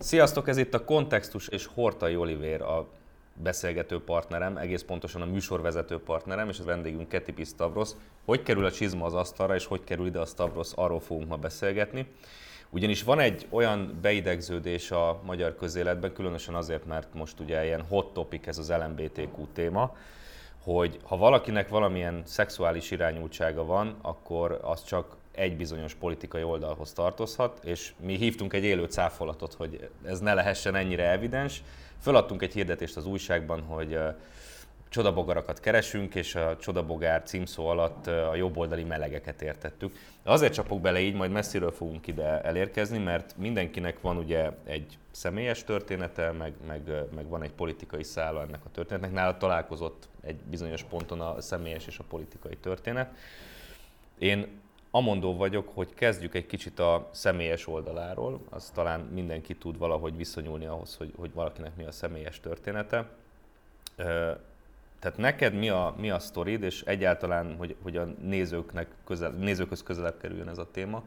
Sziasztok, ez itt a Kontextus és Hortai Olivér a beszélgető partnerem, egész pontosan a műsorvezető partnerem, és az vendégünk Ketipi Stavros. Hogy kerül a csizma az asztalra, és hogy kerül ide a Stavros, arról fogunk ma beszélgetni. Ugyanis van egy olyan beidegződés a magyar közéletben, különösen azért, mert most ugye ilyen hot topic ez az LMBTQ téma, hogy ha valakinek valamilyen szexuális irányultsága van, akkor az csak egy bizonyos politikai oldalhoz tartozhat, és mi hívtunk egy élő cáfolatot, hogy ez ne lehessen ennyire evidens. Föladtunk egy hirdetést az újságban, hogy csodabogarakat keresünk, és a csodabogár címszó alatt a jobboldali melegeket értettük. Azért csapok bele így, majd messziről fogunk ide elérkezni, mert mindenkinek van ugye egy személyes története, meg van egy politikai szála ennek a történetnek. Nála találkozott egy bizonyos ponton a személyes és a politikai történet. Én amondó vagyok, hogy kezdjük egy kicsit a személyes oldaláról, az talán mindenki tud valahogy viszonyulni ahhoz, hogy valakinek mi a személyes története. Tehát neked mi a sztorid, és egyáltalán, hogy a nézőkhöz közelebb kerüljön ez a téma,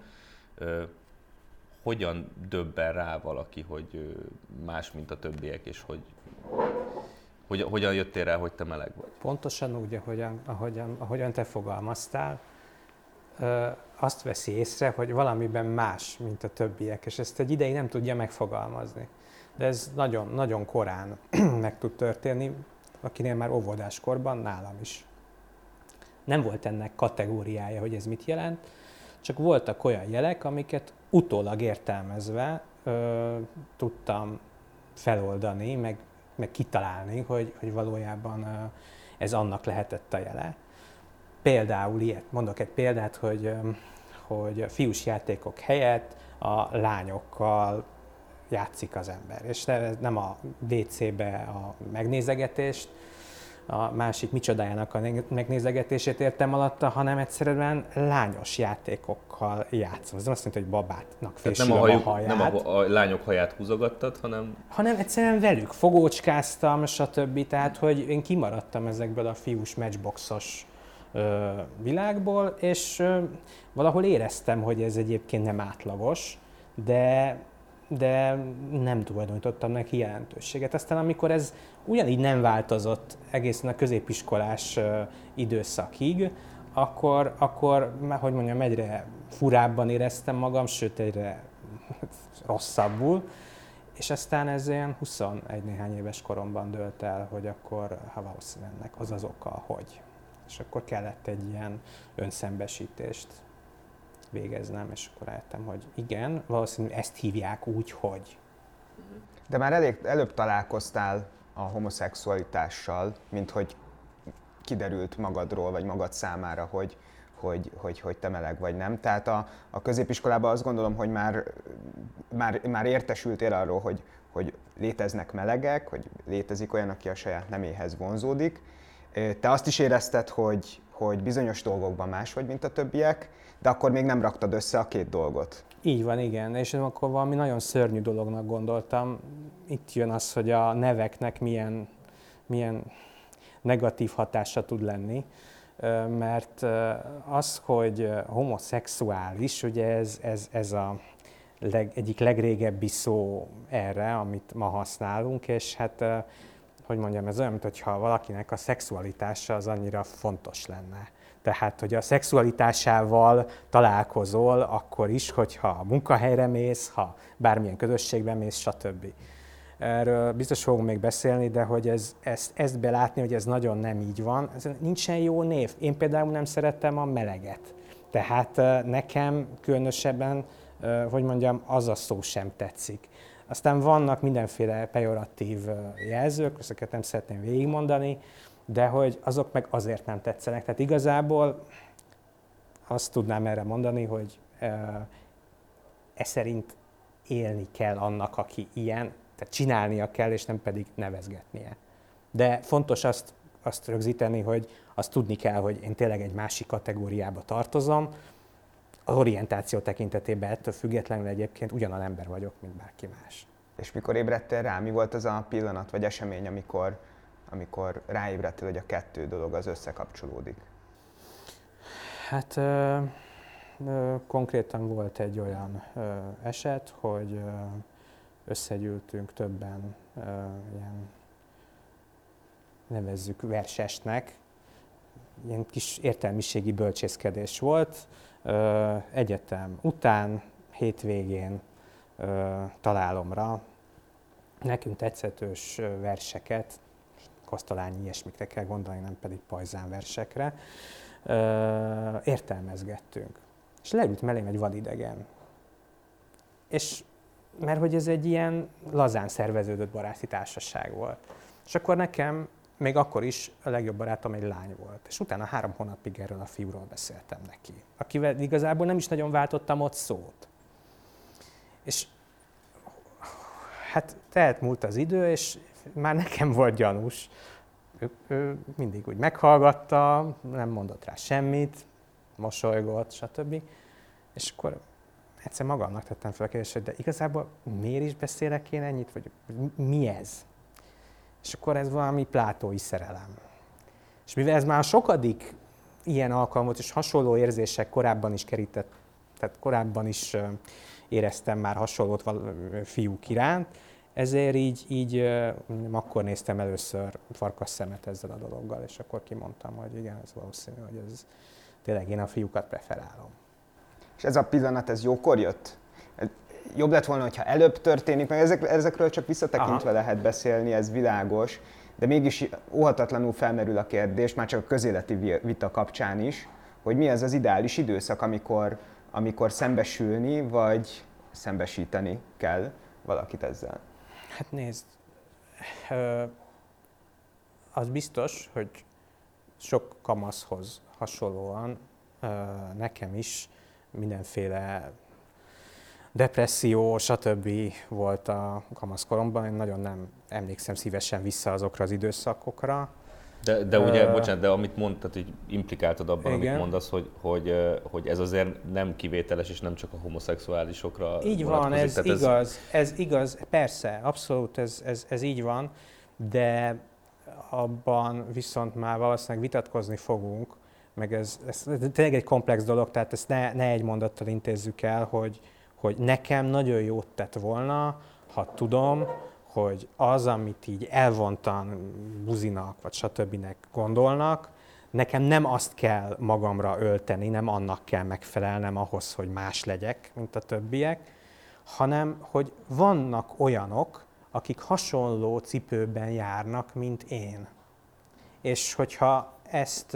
hogyan döbben rá valaki, hogy más, mint a többiek, és hogyan jöttél rá, hogy te meleg vagy? Pontosan úgy, ahogyan te fogalmaztál, azt veszi észre, hogy valamiben más, mint a többiek, és ezt egy ideig nem tudja megfogalmazni. De ez nagyon, nagyon korán meg tud történni, akinél már óvodáskorban, nálam is. Nem volt ennek kategóriája, hogy ez mit jelent, csak voltak olyan jelek, amiket utólag értelmezve tudtam feloldani, meg kitalálni, hogy valójában ez annak lehetett a jele. Például ilyet, mondok egy példát, hogy fiús játékok helyett a lányokkal játszik az ember. És nem a WC-be a megnézegetést, a másik micsodájának a megnézegetését értem alatta, hanem egyszerűen lányos játékokkal játszom. Ez nem azt jelenti, hogy babátnak fésülöm a haját. Nem a lányok haját húzogattad, hanem egyszerűen velük fogócskáztam, stb. Tehát, hogy én kimaradtam ezekből a fiús matchboxos világból, és valahol éreztem, hogy ez egyébként nem átlagos, de nem tulajdonítottam neki jelentőséget. Aztán amikor ez ugyanígy nem változott egészen a középiskolás időszakig, akkor hogy mondjam, egyre furábban éreztem magam, sőt egyre rosszabbul, és aztán ez ilyen 21 néhány éves koromban dőlt el, hogy akkor valószínűleg ennek az az oka, hogy. És akkor kellett egy ilyen önszembesítést végeznem, és akkor rájöttem, hogy igen, valószínűleg ezt hívják úgy, hogy. De már előbb találkoztál a homoszexualitással, mint hogy kiderült magadról, vagy magad számára, hogy te meleg vagy, nem? Tehát a középiskolában azt gondolom, hogy már értesültél arról, hogy léteznek melegek, hogy létezik olyan, aki a saját neméhez vonzódik. Te azt is érezted, hogy bizonyos dolgokban más vagy, mint a többiek, de akkor még nem raktad össze a két dolgot. Így van, igen. És akkor valami nagyon szörnyű dolognak gondoltam. Itt jön az, hogy a neveknek milyen negatív hatása tud lenni. Mert az, hogy homoszexuális, ugye ez a egyik legrégebbi szó erre, amit ma használunk, és hát hogy mondjam, ez olyan, mintha valakinek a szexualitása az annyira fontos lenne. Tehát, hogy a szexualitásával találkozol akkor is, hogyha a munkahelyre mész, ha bármilyen közösségben mész, stb. Erről biztos fogunk még beszélni, de hogy ezt belátni, hogy ez nagyon nem így van, ez nincsen jó név. Én például nem szerettem a meleget. Tehát nekem különösebben, hogy mondjam, az a szó sem tetszik. Aztán vannak mindenféle pejoratív jelzők, ezeket nem szeretném végigmondani, de hogy azok meg azért nem tetszenek. Tehát igazából azt tudnám erre mondani, hogy szerint élni kell annak, aki ilyen, tehát csinálnia kell, és nem pedig nevezgetnie. De fontos azt rögzíteni, hogy azt tudni kell, hogy én tényleg egy másik kategóriába tartozom. Az orientáció tekintetében ettől függetlenül egyébként ugyanolyan ember vagyok, mint bárki más. És mikor ébredtél rá, mi volt az a pillanat vagy esemény, amikor ráébredtél, hogy a kettő dolog az összekapcsolódik? Hát konkrétan volt egy olyan eset, hogy összegyűltünk többen, ilyen nevezzük versesnek, ilyen kis értelmiségi bölcsészkedés volt. Egyetem után, hétvégén találomra nekünk tetszetős verseket, Kosztolányi ilyesmikre kell gondolni, nem pedig pajzán versekre, értelmezgettünk. És leült mellém egy vadidegen. És mert hogy ez egy ilyen lazán szerveződött baráti társaság volt. És akkor nekem még akkor is a legjobb barátom egy lány volt. És utána 3 hónapig erről a fiúról beszéltem neki, akivel igazából nem is nagyon váltottam ott szót. És hát telt múlt az idő, és már nekem volt gyanús. Ő mindig úgy meghallgatta, nem mondott rá semmit, mosolygott, stb. És akkor egyszer magamnak tettem fel a kérdést, hogy de igazából miért is beszélek én ennyit, vagy mi ez? És akkor ez valami plátói szerelem. És mivel ez már a sokadik ilyen alkalmat, és hasonló érzések korábban is kerített, tehát korábban is éreztem már hasonlót fiúk iránt, ezért így akkor néztem először farkas szemet ezzel a dologgal, és akkor kimondtam, hogy igen, ez valószínű, hogy ez tényleg én a fiúkat preferálom. És ez a pillanat, ez jókor jött? Jobb lett volna, hogyha előbb történik, meg ezekről csak visszatekintve lehet beszélni, ez világos, de mégis óhatatlanul felmerül a kérdés, már csak a közéleti vita kapcsán is, hogy mi az az ideális időszak, amikor szembesülni, vagy szembesíteni kell valakit ezzel. Hát nézd, az biztos, hogy sok kamaszhoz hasonlóan nekem is mindenféle depresszió, stb. Volt a kamaszkoromban. Én nagyon nem emlékszem szívesen vissza azokra az időszakokra. De ugye, bocsánat, de amit mondtad, így implikáltad abban, igen. amit mondasz, hogy ez azért nem kivételes, és nem csak a homoszexuálisokra így van, ez igaz, persze, abszolút ez így van, de abban viszont már valószínűleg vitatkozni fogunk, meg ez tényleg egy komplex dolog, tehát ezt ne egy mondattal intézzük el, hogy nekem nagyon jót tett volna, ha tudom, hogy az, amit így elvontan buzinak, vagy stb. Gondolnak, nekem nem azt kell magamra ölteni, nem annak kell megfelelnem ahhoz, hogy más legyek, mint a többiek, hanem, hogy vannak olyanok, akik hasonló cipőben járnak, mint én. És hogyha ezt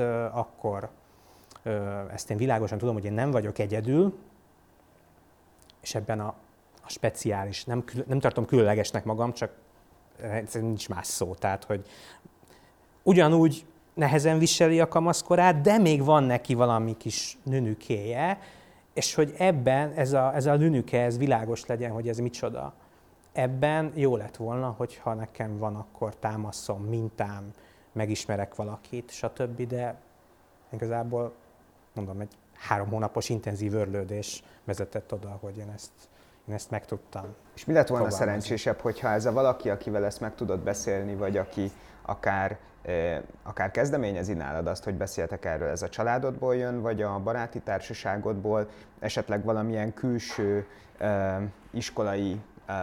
én világosan tudom, hogy én nem vagyok egyedül, és ebben a speciális, nem tartom különlegesnek magam, csak nincs más szó. Tehát, hogy ugyanúgy nehezen viseli a kamaszkorát, de még van neki valami kis nünükéje, és hogy ebben ez a nünüke, ez világos legyen, hogy ez micsoda. Ebben jó lett volna, hogyha nekem van, akkor támaszom, mintám, megismerek valakit, stb., de igazából, mondom, egy 3 hónapos intenzív örlődés vezetett oda, hogy én ezt megtudtam. És mi lett volna szerencsésebb, hogyha ez a valaki, akivel ezt meg tudod beszélni, vagy aki akár kezdeményezi nálad azt, hogy beszéltek erről, ez a családodból jön, vagy a baráti társaságodból, esetleg valamilyen külső iskolai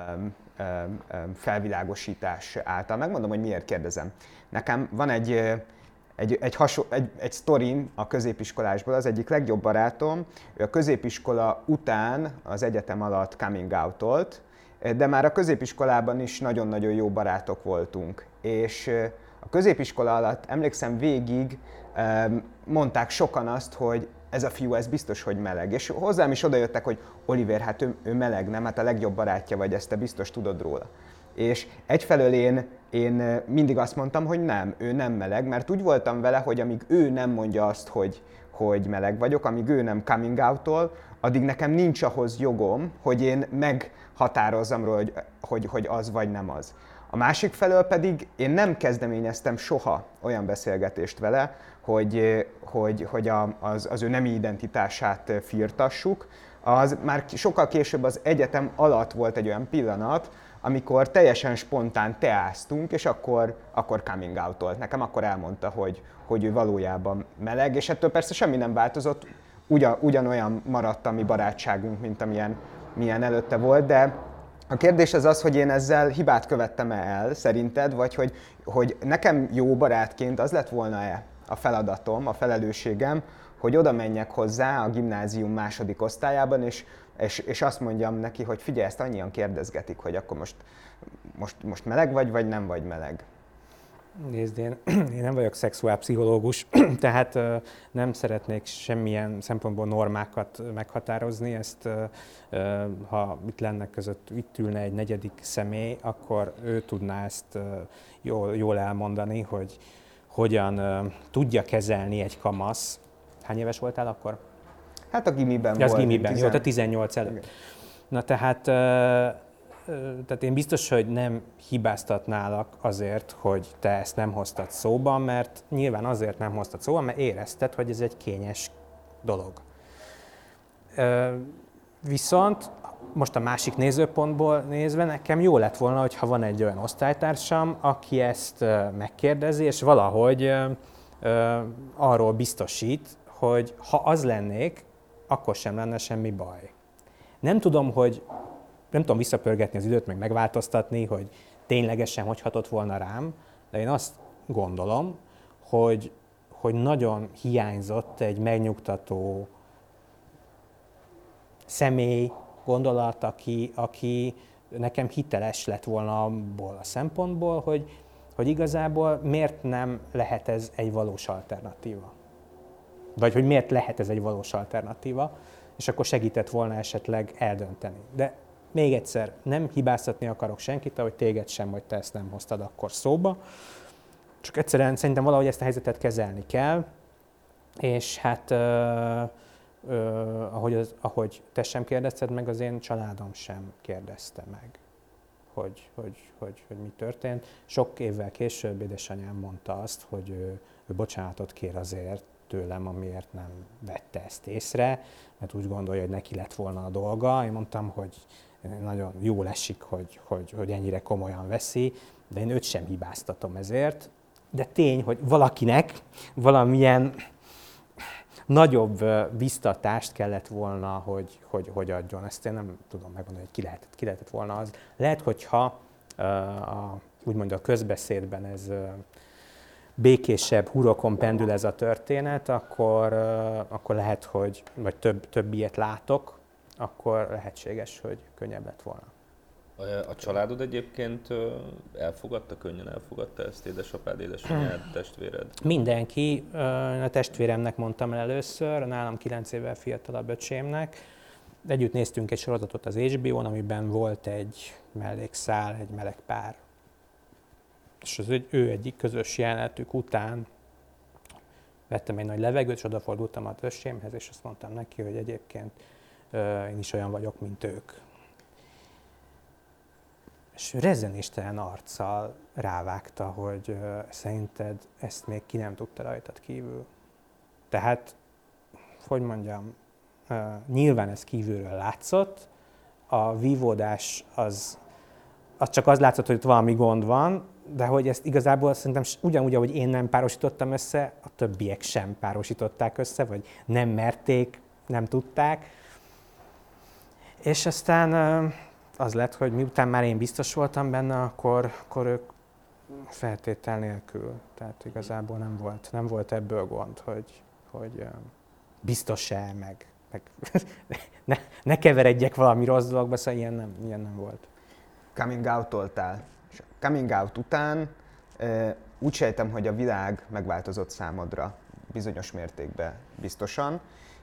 felvilágosítás által. Megmondom, hogy miért kérdezem. Nekem van egy sztorim a középiskolásból, az egyik legjobb barátom, ő a középiskola után az egyetem alatt coming out-olt, de már a középiskolában is nagyon-nagyon jó barátok voltunk. És a középiskola alatt emlékszem végig mondták sokan azt, hogy ez a fiú, ez biztos, hogy meleg. És hozzám is odajöttek, hogy Oliver, hát ő meleg, nem? Hát a legjobb barátja vagy, ezt te biztos tudod róla. És egyfelől én mindig azt mondtam, hogy nem, ő nem meleg, mert úgy voltam vele, hogy amíg ő nem mondja azt, hogy meleg vagyok, amíg ő nem coming out-ol, addig nekem nincs ahhoz jogom, hogy én meghatározzam róla, hogy az vagy nem az. A másik felől pedig én nem kezdeményeztem soha olyan beszélgetést vele, hogy az ő nemi identitását firtassuk. Az már sokkal később az egyetem alatt volt egy olyan pillanat, amikor teljesen spontán teáztunk, és akkor coming out-olt. Nekem akkor elmondta, hogy ő valójában meleg, és ettől persze semmi nem változott, ugyanolyan maradt a mi barátságunk, mint amilyen előtte volt, de A kérdés az az, hogy én ezzel hibát követtem-e el, szerinted, vagy hogy nekem jó barátként az lett volna-e a feladatom, a felelősségem, hogy oda menjek hozzá a gimnázium második osztályában, és azt mondjam neki, hogy figyelj, ezt annyian kérdezgetik, hogy akkor most meleg vagy nem vagy meleg. Nézd, én nem vagyok szexuálpszichológus, tehát nem szeretnék semmilyen szempontból normákat meghatározni. Ezt, ha itt lenne között, itt ülne egy negyedik személy, akkor ő tudná ezt jól elmondani, hogy hogyan tudja kezelni egy kamasz. Hány éves voltál akkor? Hát a gimiben ja, volt. Az gimiben, jó, a 18 előtt. Na tehát én biztos, hogy nem hibáztatnálak azért, hogy te ezt nem hoztad szóba, mert nyilván azért nem hoztad szóba, mert érezted, hogy ez egy kényes dolog. Viszont most a másik nézőpontból nézve nekem jó lett volna, hogyha van egy olyan osztálytársam, aki ezt megkérdezi, és valahogy arról biztosít, hogy ha az lennék, akkor sem lenne semmi baj. Nem tudom visszapörgetni az időt, meg megváltoztatni, hogy ténylegesen hogy hatott volna rám, de én azt gondolom, hogy nagyon hiányzott egy megnyugtató személy, gondolat, aki nekem hiteles lett volna abból a szempontból, hogy igazából miért nem lehet ez egy valós alternatíva. Vagy hogy miért lehet ez egy valós alternatíva, és akkor segített volna esetleg eldönteni. De még egyszer, nem hibáztatni akarok senkit, ahogy téged sem, hogy te ezt nem hoztad akkor szóba. Csak egyszerűen szerintem valahogy ezt a helyzetet kezelni kell, és hát ahogy te sem kérdezted meg, az én családom sem kérdezte meg, hogy mi történt. Sok évvel később édesanyám mondta azt, hogy ő bocsánatot kér azért tőlem, amiért nem vette ezt észre, mert úgy gondolja, hogy neki lett volna a dolga. Én mondtam, hogy nagyon jól esik, hogy ennyire komolyan veszi, de én őt sem hibáztatom ezért. De tény, hogy valakinek valamilyen nagyobb biztatást kellett volna, hogy adjon. Ezt én nem tudom megmondani, hogy ki lehetett volna az. Lehet, hogyha úgymond a közbeszédben ez békésebb hurokon pendül ez a történet, akkor lehet, hogy vagy több ilyet látok, akkor lehetséges, hogy könnyebb lett volna. A családod egyébként könnyen elfogadta ezt, édesapád, édesanyád, testvéred? Mindenki, a testvéremnek mondtam el először, nálam 9 évvel fiatalabb öcsémnek. Együtt néztünk egy sorozatot az HBO-n, amiben volt egy mellékszál, egy meleg pár. És ő egyik közös jelenetük után vettem egy nagy levegőt, és odafordultam az öcsémhez, és azt mondtam neki, hogy egyébként én is olyan vagyok, mint ők. És rezzenéstelen arccal rávágta, hogy szerinted ezt még ki nem tudta rajtad kívül. Tehát, hogy mondjam, nyilván ez kívülről látszott, a vívódás az csak az látszott, hogy itt valami gond van, de hogy ezt igazából szerintem ugyanúgy, ahogy én nem párosítottam össze, a többiek sem párosították össze, vagy nem merték, nem tudták. És aztán az lett, hogy miután már én biztos voltam benne, akkor ők feltétel nélkül. Tehát igazából nem volt ebből gond, hogy biztos-e, meg ne keveredjek valami rossz dologba, szóval ilyen nem volt. Coming out-oltál. Coming out után úgy sejtem, hogy a világ megváltozott számodra bizonyos mértékben biztosan,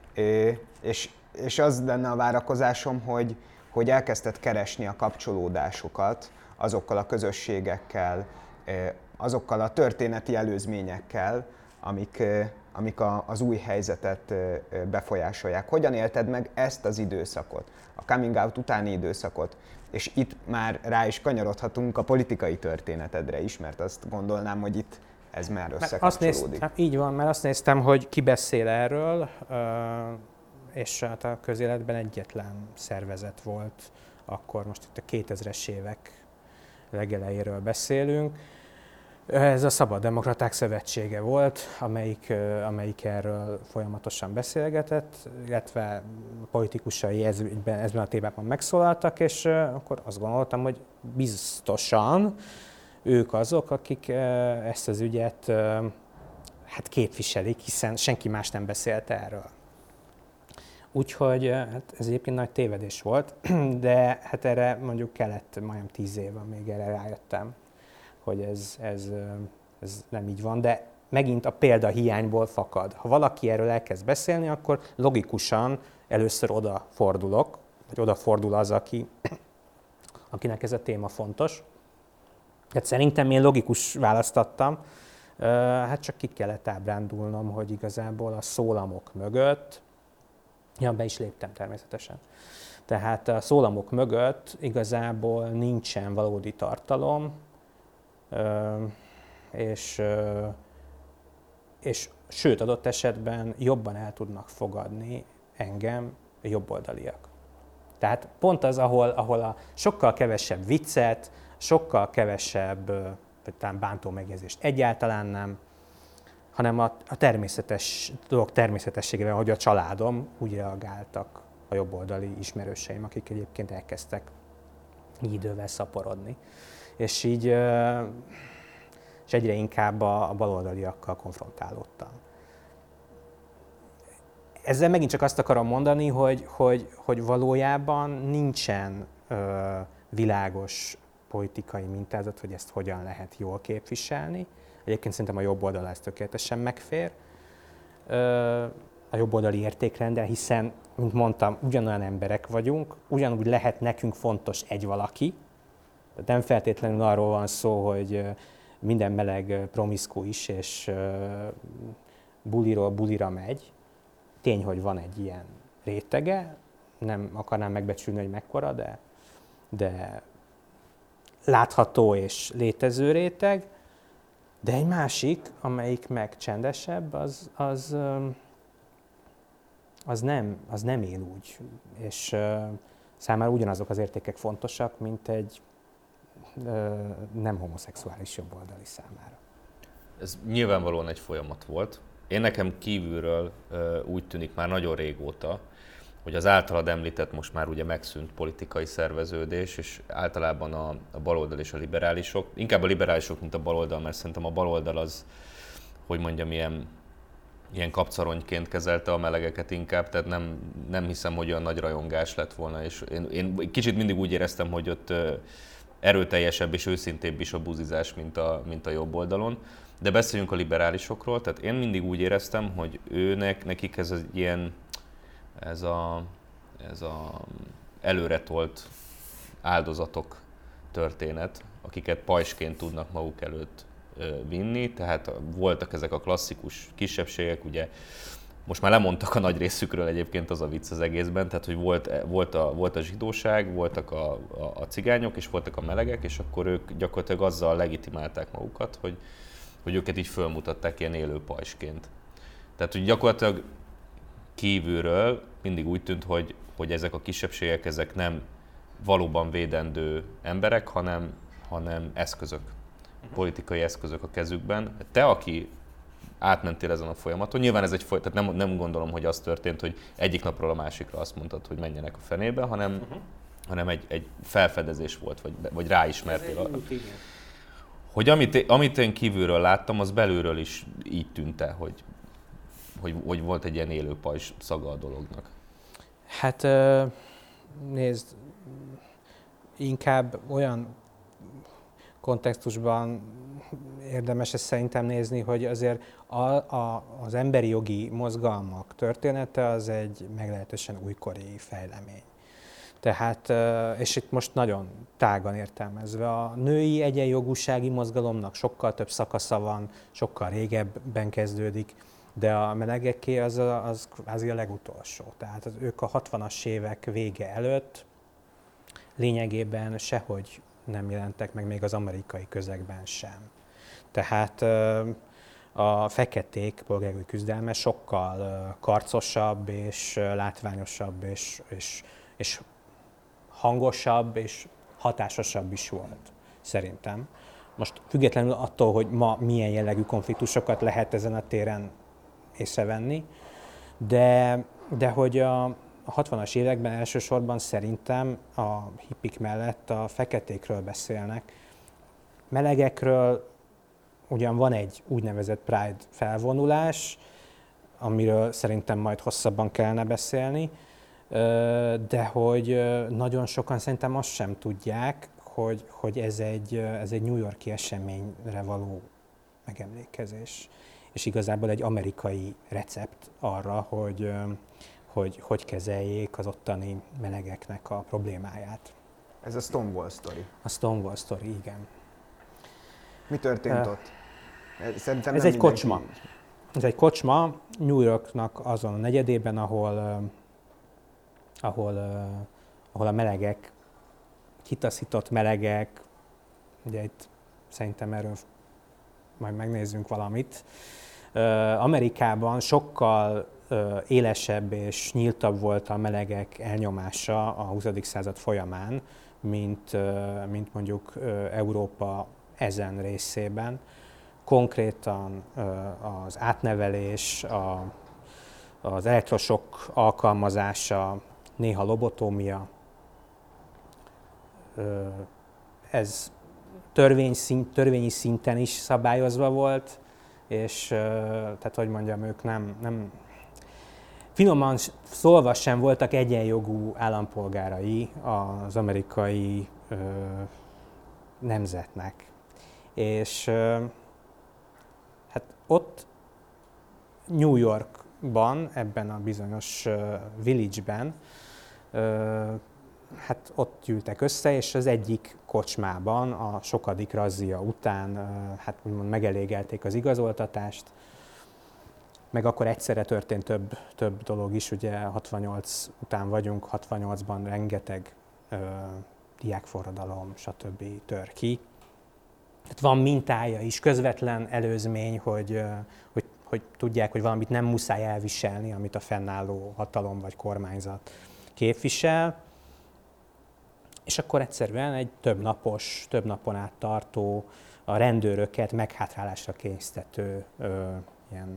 és az lenne a várakozásom, hogy elkezdted keresni a kapcsolódásokat azokkal a közösségekkel, azokkal a történeti előzményekkel, amik az új helyzetet befolyásolják. Hogyan élted meg ezt az időszakot, a coming out utáni időszakot? És itt már rá is kanyarodhatunk a politikai történetedre is, mert azt gondolnám, hogy itt ez már összekapcsolódik. Így van, mert azt néztem, hogy ki beszél erről, és hát a közéletben egyetlen szervezet volt, akkor most itt a 2000-es évek legelejéről beszélünk. Ez a Szabaddemokraták Szövetsége volt, amelyik erről folyamatosan beszélgetett, illetve politikusai ezben a témában megszólaltak, és akkor azt gondoltam, hogy biztosan ők azok, akik ezt az ügyet hát képviselik, hiszen senki más nem beszélt erről. Úgyhogy hát ez egyébként nagy tévedés volt, de hát erre mondjuk kellett majdnem 10 év, amíg erre rájöttem, hogy ez nem így van, de megint a példa hiányból fakad. Ha valaki erről elkezd beszélni, akkor logikusan először odafordulok, vagy odafordul az, akinek ez a téma fontos. Hát szerintem én logikus választattam, hát csak ki kellett ábrándulnom, hogy igazából a szólamok mögött, ja, be is léptem természetesen. Tehát a szólamok mögött igazából nincsen valódi tartalom, és sőt, adott esetben jobban el tudnak fogadni engem a jobboldaliak. Tehát pont az, ahol a sokkal kevesebb viccet, sokkal kevesebb, vagy talán bántó megjegyzést egyáltalán nem, hanem a természetes dolog természetességében, hogy a családom úgy reagáltak a jobboldali ismerőseim, akik egyébként elkezdtek így idővel szaporodni. És így és egyre inkább a baloldaliakkal konfrontálódtam. Ezzel megint csak azt akarom mondani, hogy valójában nincsen világos politikai mintázat, hogy ezt hogyan lehet jól képviselni. Egyébként szerintem a jobb oldal ez tökéletesen megfér. A jobboldali értékrendel, hiszen, mint mondtam, ugyanolyan emberek vagyunk, ugyanúgy lehet nekünk fontos egy valaki. Tehát nem feltétlenül arról van szó, hogy minden meleg promiszkuis és buliról bulira megy. Tény, hogy van egy ilyen rétege, nem akarnám megbecsülni, hogy mekkora, de látható és létező réteg. De egy másik, amelyik meg csendesebb, az nem él úgy, és számára ugyanazok az értékek fontosak, mint egy nem homoszexuális jobboldali számára. Ez nyilvánvalóan egy folyamat volt. Én nekem kívülről úgy tűnik már nagyon régóta, hogy az általad említett most már ugye megszűnt politikai szerveződés, és általában a baloldal és a liberálisok, inkább a liberálisok, mint a baloldal, mert szerintem a baloldal az, hogy mondjam, ilyen kapcaronyként kezelte a melegeket inkább, tehát nem hiszem, hogy olyan nagy rajongás lett volna, és én kicsit mindig úgy éreztem, hogy ott erőteljesebb és őszintébb is a buzizás, mint a jobb oldalon. De beszéljünk a liberálisokról, tehát én mindig úgy éreztem, hogy nekik ez az ilyen, ez a előretolt áldozatok történet, akiket pajsként tudnak maguk előtt vinni, tehát voltak ezek a klasszikus kisebbségek, ugye most már lemondtak a nagy részükről egyébként, az a vicc az egészben, tehát hogy volt a zsidóság, voltak a cigányok és voltak a melegek, és akkor ők gyakorlatilag azzal legitimálták magukat, hogy őket így fölmutatták ilyen élő pajsként. Tehát hogy gyakorlatilag kívülről mindig úgy tűnt, hogy ezek a kisebbségek ezek nem valóban védendő emberek, hanem eszközök, politikai eszközök a kezükben. Te, aki átmentél ezen a folyamaton, nyilván ez tehát nem gondolom, hogy az történt, hogy egyik napról a másikra azt mondtad, hogy menjenek a fenébe, hanem egy felfedezés volt, vagy ráismertél arra. Hogy amit én kívülről láttam, az belülről is így tűnt-e, hogy volt egy ilyen élő pajzs szaga a dolognak? Hát nézd, inkább olyan kontextusban érdemes ezt szerintem nézni, hogy azért az emberi jogi mozgalmak története az egy meglehetősen újkori fejlemény. Tehát, és itt most nagyon tágan értelmezve, a női egyenjogúsági mozgalomnak sokkal több szakasza van, sokkal régebben kezdődik, de a melegeké az kvázi a legutolsó. Tehát ők a 60-as évek vége előtt lényegében sehogy nem jelentek meg, még az amerikai közegben sem. Tehát a feketék polgárjogi küzdelme sokkal karcosabb és látványosabb és hangosabb és hatásosabb is volt, szerintem. Most függetlenül attól, hogy ma milyen jellegű konfliktusokat lehet ezen a téren észrevenni, de hogy a 60-as években elsősorban szerintem a hippik mellett a feketékről beszélnek. Melegekről ugyan van egy úgynevezett Pride felvonulás, amiről szerintem majd hosszabban kellene beszélni, de hogy nagyon sokan szerintem azt sem tudják, hogy ez egy New York-i eseményre való megemlékezés. És igazából egy amerikai recept arra, hogy kezeljék az ottani melegeknek a problémáját. Ez a Stonewall Story. A Stonewall Story, igen. Mi történt ott? Szerintem ez egy kocsma. Ez egy kocsma New Yorknak azon a negyedében, ahol a melegek, kitaszított melegek, ugye itt szerintem erről majd megnézzünk valamit. Amerikában sokkal élesebb és nyíltabb volt a melegek elnyomása a 20. század folyamán, mint mondjuk Európa ezen részében. Konkrétan az átnevelés, az elektrosokk alkalmazása, néha lobotómia, ez törvényi szinten is szabályozva volt, és tehát, hogy mondjam, ők nem finoman szólva sem voltak egyenjogú állampolgárai az amerikai nemzetnek. És hát ott New Yorkban, ebben a bizonyos village-ben, hát ott gyűltek össze, és az egyik kocsmában a sokadik razzia után hát úgymond megelégelték az igazoltatást, meg akkor egyszerre történt több dolog is, ugye 68 után vagyunk, 68-ban rengeteg diákforradalom, stb. Tör ki. Tehát van mintája is, közvetlen előzmény, hogy tudják, hogy valamit nem muszáj elviselni, amit a fennálló hatalom vagy kormányzat képvisel. És akkor egyszerűen egy több napon át tartó, a rendőröket meghátrálásra kénysztető ilyen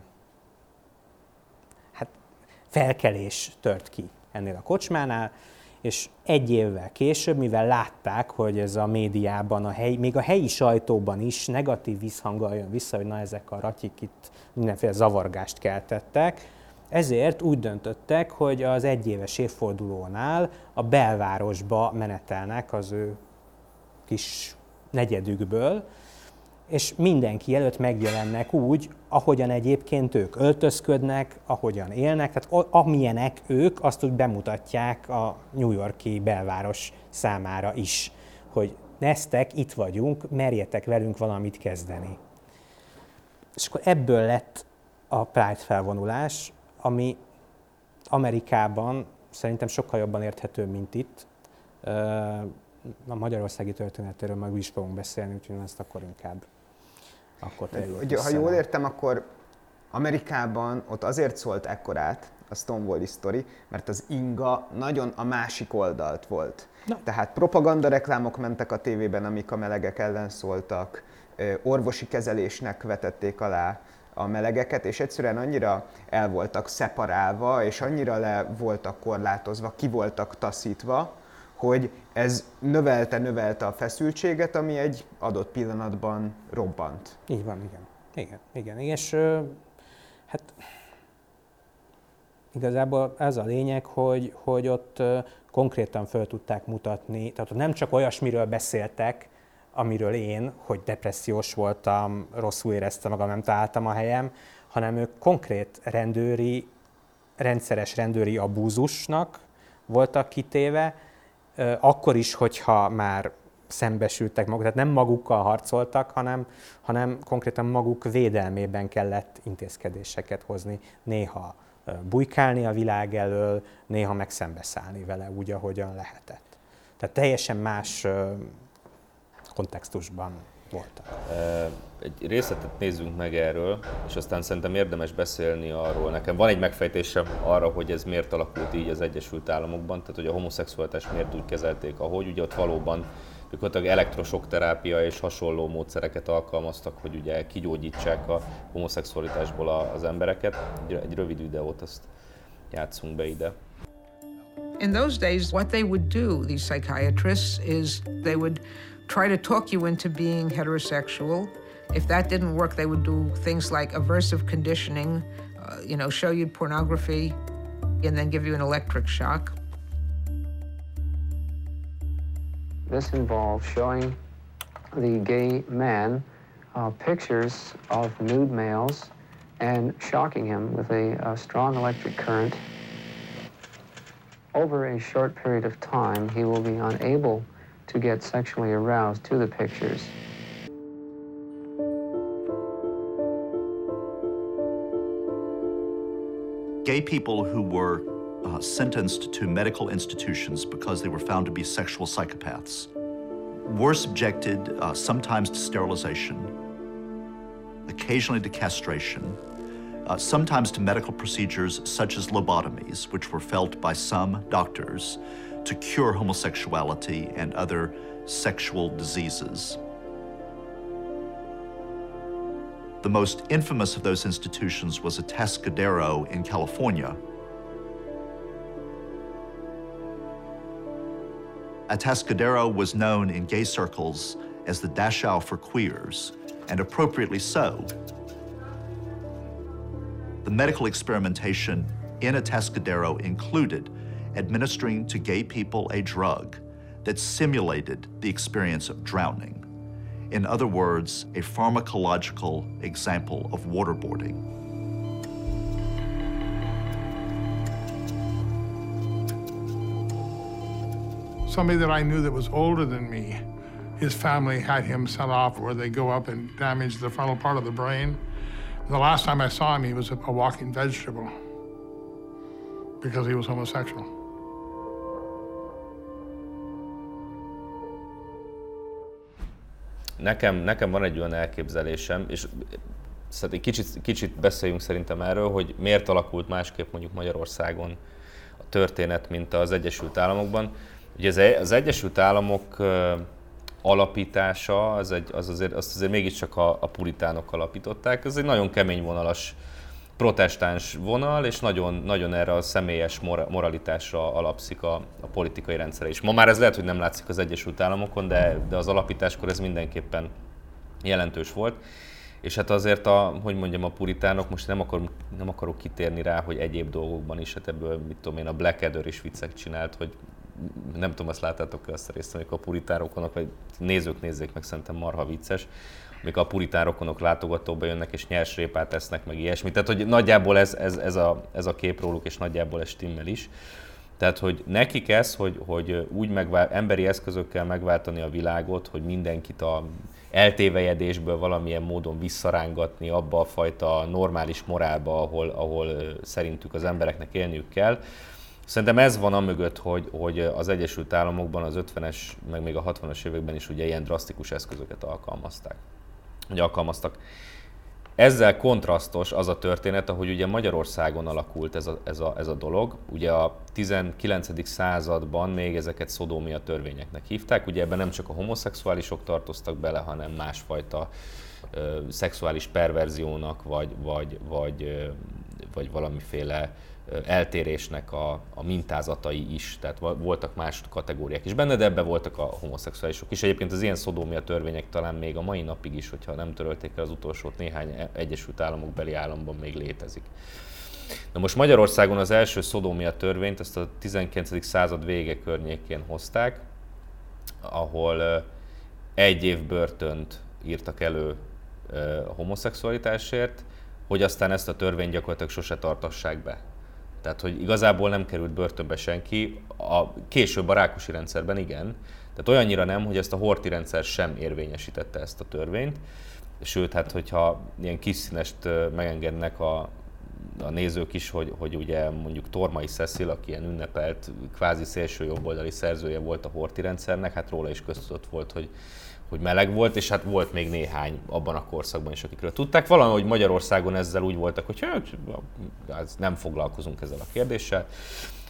felkelés tört ki ennél a kocsmánál, és egy évvel később, mivel látták, hogy ez a médiában, még a helyi sajtóban is negatív visszhanggal jön vissza, hogy na ezek a ratyik itt mindenféle zavargást keltettek, ezért úgy döntöttek, hogy az egyéves évfordulónál a belvárosba menetelnek az ő kis negyedükből, és mindenki előtt megjelennek úgy, ahogyan egyébként ők öltözködnek, ahogyan élnek, tehát amilyenek ők, azt úgy bemutatják a New York-i belváros számára is, hogy neztek, itt vagyunk, merjetek velünk valamit kezdeni. És akkor ebből lett a Pride felvonulás, ami Amerikában szerintem sokkal jobban érthető, mint itt. A magyarországi történetéről meg is fogunk beszélni, úgyhogy ezt akkor inkább ha jól értem, akkor Amerikában ott azért szólt ekkorát a Stonewall Story, mert az inga nagyon a másik oldalt volt. Na. Tehát propagandareklámok mentek a tévében, amik a melegek ellen szóltak, orvosi kezelésnek vetették alá a melegeket, és egyszerűen annyira el voltak szeparálva, és annyira le voltak korlátozva, ki voltak taszítva, hogy ez növelte a feszültséget, ami egy adott pillanatban robbant. Így van, igen. És hát igazából ez a lényeg, hogy ott konkrétan föl tudták mutatni, tehát ott nem csak olyasmiről beszéltek, amiről én, hogy depressziós voltam, rosszul éreztem magam, nem találtam a helyem, hanem ők konkrét rendszeres rendőri abúzusnak voltak kitéve, akkor is, hogyha már szembesültek maguk, tehát nem magukkal harcoltak, hanem konkrétan maguk védelmében kellett intézkedéseket hozni. Néha bujkálni a világ elől, néha meg szembeszállni vele úgy, ahogyan lehetett. Tehát teljesen más kontextusban voltak. Egy részletet nézzünk meg erről, és aztán szerintem érdemes beszélni arról. Nekem van egy megfejtésem arra, hogy ez miért alakult így az Egyesült Államokban, tehát hogy a homoszexualitást miért úgy kezelték, ahogy. Ugye ott valóban gyakorlatilag elektrosokterápia és hasonló módszereket alkalmaztak, hogy ugye kigyógyítsák a homoszexualitásból az embereket. Egy rövid videót azt játszunk be ide. In those days, what they would do, these psychiatrists, is they would try to talk you into being heterosexual. If that didn't work, they would do things like aversive conditioning, show you pornography, and then give you an electric shock. This involves showing the gay man pictures of nude males and shocking him with a strong electric current. Over a short period of time, he will be unable to get sexually aroused to the pictures. Gay people who were sentenced to medical institutions because they were found to be sexual psychopaths were subjected sometimes to sterilization, occasionally to castration, sometimes to medical procedures such as lobotomies, which were felt by some doctors to cure homosexuality and other sexual diseases. The most infamous of those institutions was Atascadero in California. Atascadero was known in gay circles as the Dachau for queers, and appropriately so. The medical experimentation in Atascadero included administering to gay people a drug that simulated the experience of drowning. In other words, a pharmacological example of waterboarding. Somebody that I knew that was older than me, his family had him sent off where they go up and damage the frontal part of the brain. The last time I saw him, he was a walking vegetable because he was homosexual. Nekem van egy olyan elképzelésem, és kicsit beszéljünk szerintem erről, hogy miért alakult másképp mondjuk Magyarországon a történet, mint az Egyesült Államokban. Ugye az Egyesült Államok alapítása, azt azért mégiscsak a puritánok alapították. Ez egy nagyon kemény vonalas protestáns vonal, és nagyon erre a személyes moralitásra alapszik a politikai rendszer is. Ma már ez lehet, hogy nem látszik az Egyesült Államokon, de az alapításkor ez mindenképpen jelentős volt. És hát azért a puritánok, most nem akarok kitérni rá, hogy egyéb dolgokban is, hát ebből, mit tudom én, a Blackadder is viccek csinált, hogy nem tudom, azt láttátok azt a részt, amikor a puritán rokonok, vagy nézzék meg, szerintem marha vicces, amikor a puritán rokonok látogatóba jönnek és nyers répát esznek, meg ilyesmi. Tehát, hogy nagyjából ez a kép róluk, és nagyjából ez stimmel is. Tehát, hogy nekik ez, hogy úgy emberi eszközökkel megváltani a világot, hogy mindenkit a eltévejedésből valamilyen módon visszarángatni abba a fajta normális morálba, ahol szerintük az embereknek élniük kell. Szerintem ez van amögött, hogy az Egyesült Államokban az 50-es, meg még a 60-as években is ugye ilyen drasztikus eszközöket alkalmaztak. Ezzel kontrasztos az a történet, ahogy ugye Magyarországon alakult ez a dolog. Ugye a 19. században még ezeket szodómia törvényeknek hívták. Ugye ebben nem csak a homoszexuálisok tartoztak bele, hanem másfajta szexuális perverziónak, vagy valamiféle eltérésnek a mintázatai is, tehát voltak más kategóriák is benne, de ebben voltak a homoszexuálisok is. Egyébként az ilyen szodómia törvények talán még a mai napig is, hogyha nem törölték el az utolsót, néhány Egyesült Államok beli államban még létezik. Na most Magyarországon az első szodómia törvényt ezt a 19. század vége környékén hozták, ahol 1 év börtönt írtak elő a homoszexualitásért, hogy aztán ezt a törvényt gyakorlatilag sose tartassák be. Tehát, hogy igazából nem került börtönbe senki, később a Rákosi rendszerben igen, tehát olyannyira nem, hogy ezt a Horthy rendszer sem érvényesítette ezt a törvényt, sőt, hát hogyha ilyen kis színest megengednek a nézők is, hogy ugye mondjuk Tormai Cecil, aki ilyen ünnepelt, kvázi szélsőjobboldali szerzője volt a Horthy rendszernek, hát róla is köztudott volt, hogy meleg volt, és hát volt még néhány abban a korszakban is, akikről tudták. Valahogy Magyarországon ezzel úgy voltak, hogy nem foglalkozunk ezzel a kérdéssel.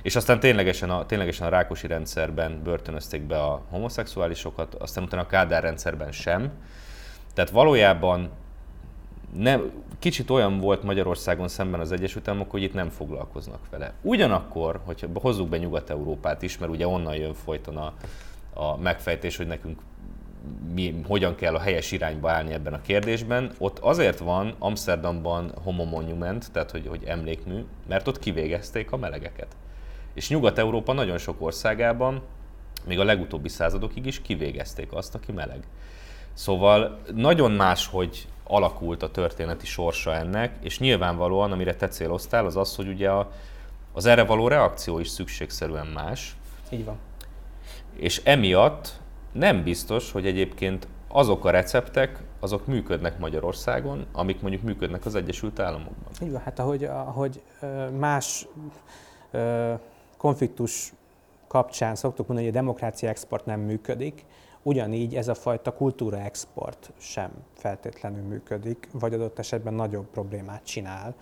És aztán ténylegesen a Rákosi rendszerben börtönözték be a homoszexuálisokat, aztán utána a Kádár rendszerben sem. Tehát valójában kicsit olyan volt Magyarországon szemben az Egyesült Államok, hogy itt nem foglalkoznak vele. Ugyanakkor, hogyha hozzuk be Nyugat-Európát is, mert ugye onnan jön folyton a megfejtés, hogy nekünk hogyan kell a helyes irányba állni ebben a kérdésben. Ott azért van Amsterdamban homo monument, tehát hogy emlékmű, mert ott kivégezték a melegeket. És Nyugat-Európa nagyon sok országában, még a legutóbbi századokig is kivégezték azt, aki meleg. Szóval nagyon máshogy alakult a történeti sorsa ennek, és nyilvánvalóan, amire te céloztál, az az, hogy ugye az erre való reakció is szükségszerűen más. Így van. És emiatt nem biztos, hogy egyébként azok a receptek, azok működnek Magyarországon, amik mondjuk működnek az Egyesült Államokban. Így van, hát ahogy más konfliktus kapcsán szoktuk mondani, hogy a demokrácia export nem működik, ugyanígy ez a fajta kultúra export sem feltétlenül működik, vagy adott esetben nagyobb problémát csinál,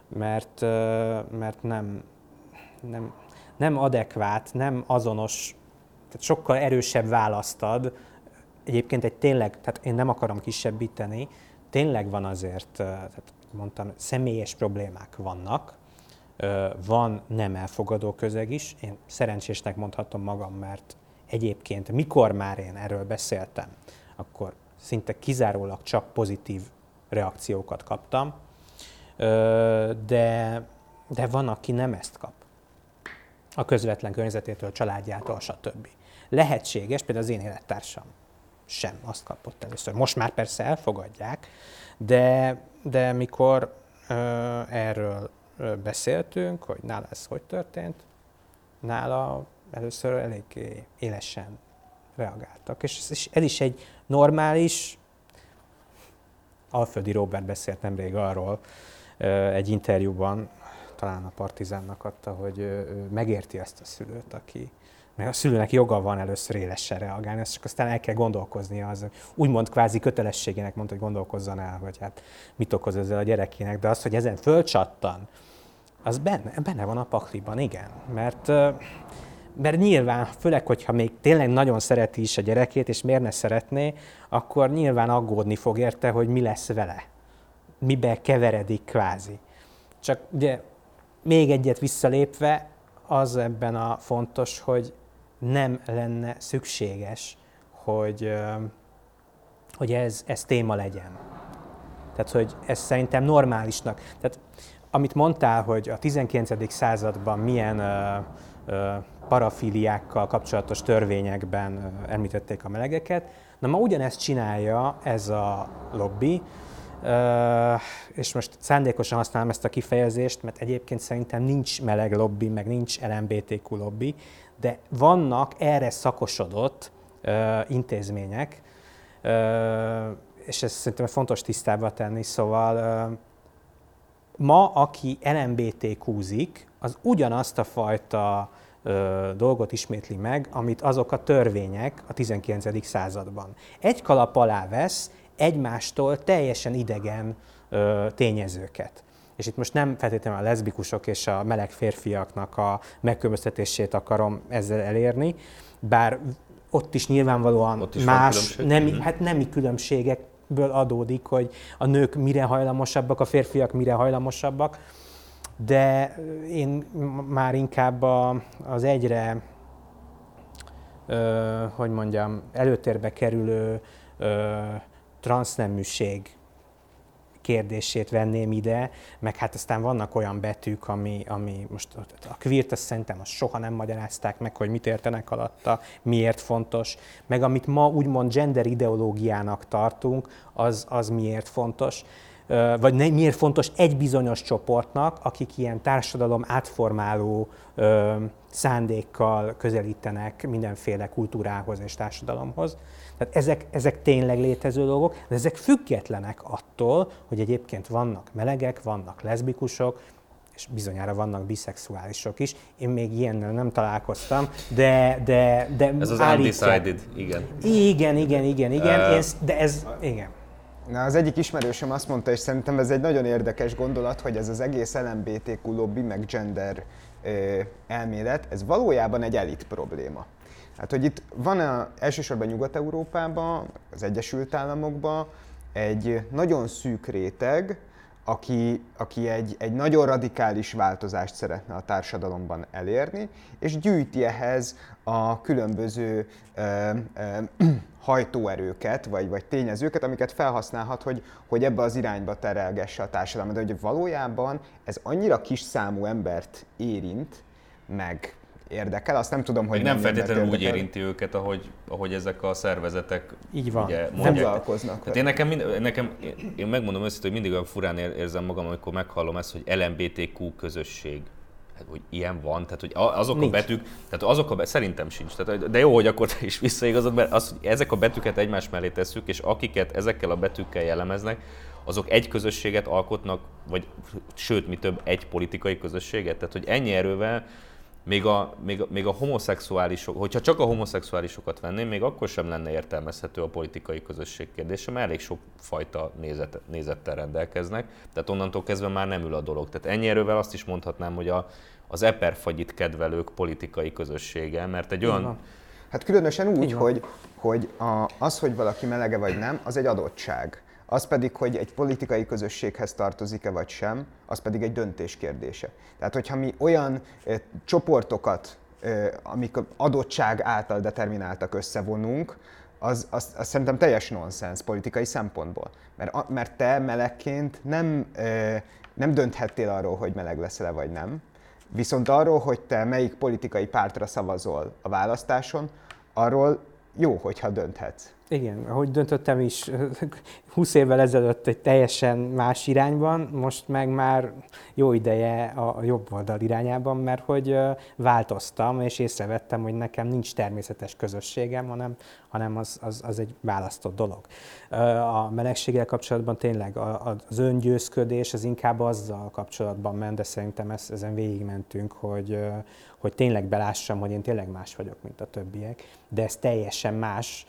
mert nem adekvát, nem azonos, tehát sokkal erősebb választ ad. Egyébként tehát én nem akarom kisebbíteni, tényleg van azért, tehát mondtam, személyes problémák vannak, van nem elfogadó közeg is. Én szerencsésnek mondhatom magam, mert egyébként mikor már én erről beszéltem, akkor szinte kizárólag csak pozitív reakciókat kaptam, de van, aki nem ezt kap. A közvetlen környezetétől, családjától, stb. Lehetséges, például az én élettársam sem azt kapott először. Most már persze elfogadják, de mikor erről beszéltünk, hogy nála ez hogy történt, nála először elég élesen reagáltak. És ez is egy normális, Alföldi Róbert beszélt nemrég arról egy interjúban, talán a Partizánnak adta, hogy ő megérti ezt a szülőt, mert a szülőnek joga van először élesen reagálni, azt csak aztán el kell gondolkoznia, az úgymond kvázi kötelességének mondta, hogy gondolkozzon el, hogy hát mit okoz ezzel a gyerekének, de az, hogy ezen fölcsattan, az benne van a pakliban, igen, mert nyilván, főleg, hogyha még tényleg nagyon szereti is a gyerekét, és miért ne szeretné, akkor nyilván aggódni fog érte, hogy mi lesz vele, mibe keveredik kvázi. Csak ugye még egyet visszalépve, az ebben a fontos, hogy nem lenne szükséges, hogy ez téma legyen. Tehát, hogy ez szerintem normálisnak. Tehát, amit mondtál, hogy a 19. században milyen parafiliákkal kapcsolatos törvényekben említették a melegeket, na ma ugyanezt csinálja ez a lobby, és most szándékosan használom ezt a kifejezést, mert egyébként szerintem nincs meleg lobby, meg nincs LMBTQ lobby, de vannak erre szakosodott intézmények, és ezt szerintem fontos tisztába tenni, szóval ma, aki LMBTQ-zik, az ugyanazt a fajta dolgot ismétli meg, amit azok a törvények a 19. században. Egy kalap alá vesz egymástól teljesen idegen tényezőket. És itt most nem feltétlenül a leszbikusok és a meleg férfiaknak a megkülönböztetését akarom ezzel elérni, bár ott is nyilvánvalóan ott is más nemi különbségekből adódik, hogy a nők mire hajlamosabbak, a férfiak mire hajlamosabbak, de én már inkább az egyre, előtérbe kerülő transzneműség kérdését venném ide, meg hát aztán vannak olyan betűk, ami most a queert, azt szerintem azt soha nem magyarázták meg, hogy mit értenek alatta, miért fontos, meg amit ma úgymond gender ideológiának tartunk, az miért fontos, vagy miért fontos egy bizonyos csoportnak, akik ilyen társadalom átformáló szándékkal közelítenek mindenféle kultúrához és társadalomhoz. Tehát ezek tényleg létező dolgok, de ezek függetlenek attól, hogy egyébként vannak melegek, vannak leszbikusok, és bizonyára vannak biszexuálisok is. Én még ilyennel nem találkoztam, de ez az undecided, igen. Igen. Igen. Na, az egyik ismerősöm azt mondta, és szerintem ez egy nagyon érdekes gondolat, hogy ez az egész LMBTQ lobby, meg gender elmélet, ez valójában egy elit probléma. Hát, hogy itt van elsősorban Nyugat-Európában, az Egyesült Államokban egy nagyon szűk réteg, aki egy nagyon radikális változást szeretne a társadalomban elérni, és gyűjti ehhez a különböző hajtóerőket, vagy tényezőket, amiket felhasználhat, hogy ebbe az irányba terelgesse a társadalmat. De hogy valójában ez annyira kis számú embert érint, meg érdekel, azt nem tudom, hogy nem feltétlenül úgy érinti őket, ahogy ezek a szervezetek így van. Ugye, nem foglalkoznak. Tehát én megmondom őszintén, hogy mindig olyan furán érzem magam, amikor meghallom ezt, hogy LMBTQ közösség. Hát, hogy ilyen van, tehát hogy azok a betűk, szerintem sincs. Tehát, de jó, hogy akkor te is visszaigazod, mert ezek a betűket egymás mellé tesszük, és akiket ezekkel a betűkkel jellemeznek, azok egy közösséget alkotnak, vagy sőt, mi több, egy politikai közösséget. Tehát, hogy ennyi erővel még a homoszexuálisok, hogyha csak a homoszexuálisokat venném, még akkor sem lenne értelmezhető a politikai közösség kérdése, mert elég sok fajta nézettel rendelkeznek, tehát onnantól kezdve már nem ül a dolog. Tehát ennyi erővel azt is mondhatnám, hogy az eperfagyit kedvelők politikai közössége, mert egy olyan... Hát különösen úgy, hogy az, hogy valaki melege vagy nem, az egy adottság. Az pedig, hogy egy politikai közösséghez tartozik-e vagy sem, az pedig egy döntés kérdése. Tehát, hogyha mi olyan csoportokat, amik adottság által determináltak összevonunk, az szerintem teljes nonsens politikai szempontból. Mert te melegként nem dönthettél arról, hogy meleg leszel-e vagy nem. Viszont arról, hogy te melyik politikai pártra szavazol a választáson, arról jó, hogyha dönthetsz. Igen, ahogy döntöttem is 20 évvel ezelőtt egy teljesen más irányban, most meg már jó ideje a jobb oldal irányában, mert hogy változtam, és észrevettem, hogy nekem nincs természetes közösségem, hanem az egy választott dolog. A melegséggel kapcsolatban tényleg az öngyőzködés az inkább azzal kapcsolatban ment, de szerintem ezen végigmentünk, hogy tényleg belássam, hogy én tényleg más vagyok, mint a többiek, de ez teljesen más.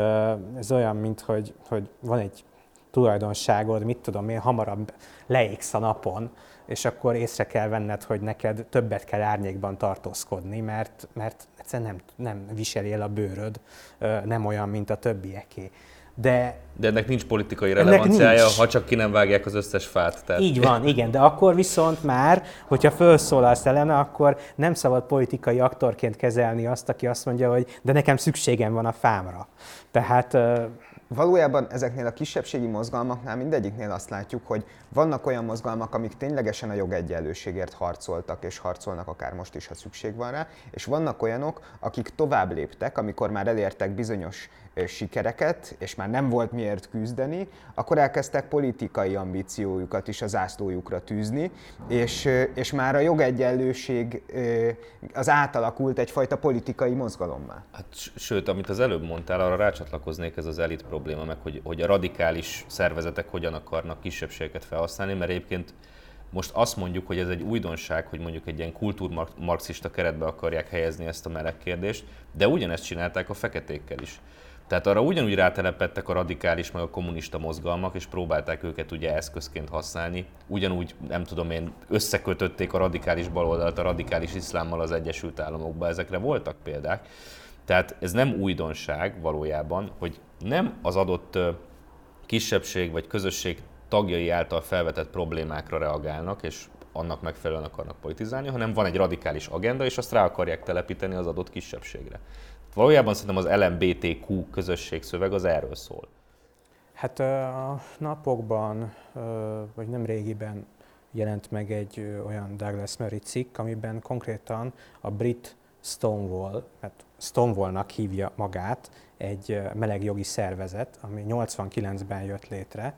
Ez olyan, mint hogy van egy tulajdonságod, mit tudom én, hamarabb leégsz a napon, és akkor észre kell venned, hogy neked többet kell árnyékban tartózkodni, mert egyszerűen nem viselél a bőröd, nem olyan, mint a többieké. De ennek nincs politikai relevanciája, nincs. Ha csak ki nem vágják az összes fát. Tehát... Így van, igen, de akkor viszont már, hogyha felszólalsz ellene, akkor nem szabad politikai aktorként kezelni azt, aki azt mondja, hogy de nekem szükségem van a fámra. Tehát... Valójában ezeknél a kisebbségi mozgalmaknál mindegyiknél azt látjuk, hogy vannak olyan mozgalmak, amik ténylegesen a jogegyenlőségért harcoltak, és harcolnak akár most is, ha szükség van rá, és vannak olyanok, akik tovább léptek, amikor már elértek bizonyos sikereket, és már nem volt miért küzdeni, akkor elkezdtek politikai ambíciójukat is a zászlójukra tűzni, és már a jogegyenlőség az átalakult egyfajta politikai mozgalommá. Hát, sőt, amit az előbb mondtál, arra rácsatlakoznék, ez az elit probléma, meg hogy a radikális szervezetek hogyan akarnak kisebbségeket felhasználni, mert egyébként most azt mondjuk, hogy ez egy újdonság, hogy mondjuk egy ilyen kultúrmarxista keretbe akarják helyezni ezt a meleg kérdést, de ugyanezt csinálták a feketékkel is. Tehát arra ugyanúgy rátelepedtek a radikális meg a kommunista mozgalmak, és próbálták őket ugye eszközként használni. Ugyanúgy, nem tudom én, összekötötték a radikális baloldalt a radikális iszlámmal az Egyesült Államokban, ezekre voltak példák. Tehát ez nem újdonság valójában, hogy nem az adott kisebbség vagy közösség tagjai által felvetett problémákra reagálnak, és annak megfelelően akarnak politizálni, hanem van egy radikális agenda, és azt rá akarják telepíteni az adott kisebbségre. Valójában szerintem az LMBTQ közösségszöveg az erről szól. Hát a napokban, vagy nem régiben jelent meg egy olyan Douglas Murray cikk, amiben konkrétan a brit Stonewall, hát Stonewallnak hívja magát, egy melegjogi szervezet, ami 89-ben jött létre.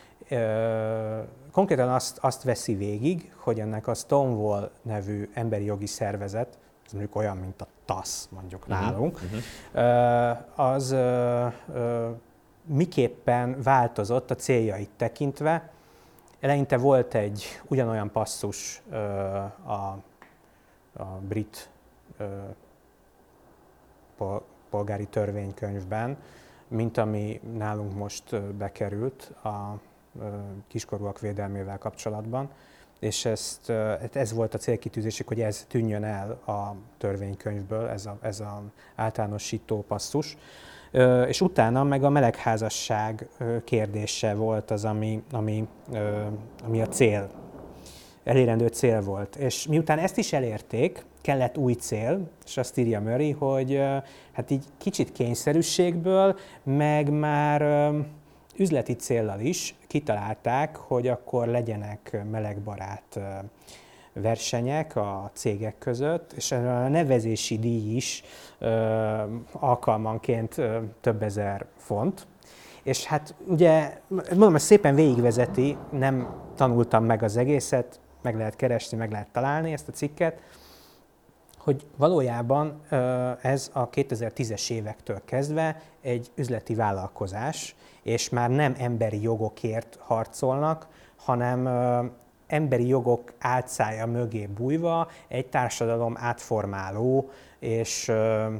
Konkrétan azt veszi végig, hogy ennek a Stonewall nevű emberi jogi szervezet, ez mondjuk olyan, mint a TASZ mondjuk nálunk, az miképpen változott a céljait tekintve. Eleinte volt egy ugyanolyan passzus a brit polgári törvénykönyvben, mint ami nálunk most bekerült a kiskorúak védelmével kapcsolatban, és ez volt a célkitűzésük, hogy ez tűnjön el a törvénykönyvből, ez az általánosító passzus. És utána meg a melegházasság kérdése volt az, ami a cél, elérendő cél volt. És miután ezt is elérték, kellett új cél, és azt írja Murray, hogy hát így kicsit kényszerűségből, meg már üzleti céllal is kitalálták, hogy akkor legyenek melegbarát versenyek a cégek között, és a nevezési díj is alkalmanként több ezer font. És hát ugye, mondom, hogy szépen végigvezeti, nem tanultam meg az egészet, meg lehet keresni, meg lehet találni ezt a cikket, hogy valójában ez a 2010-es évektől kezdve egy üzleti vállalkozás, és már nem emberi jogokért harcolnak, hanem emberi jogok álcája mögé bújva egy társadalom átformáló és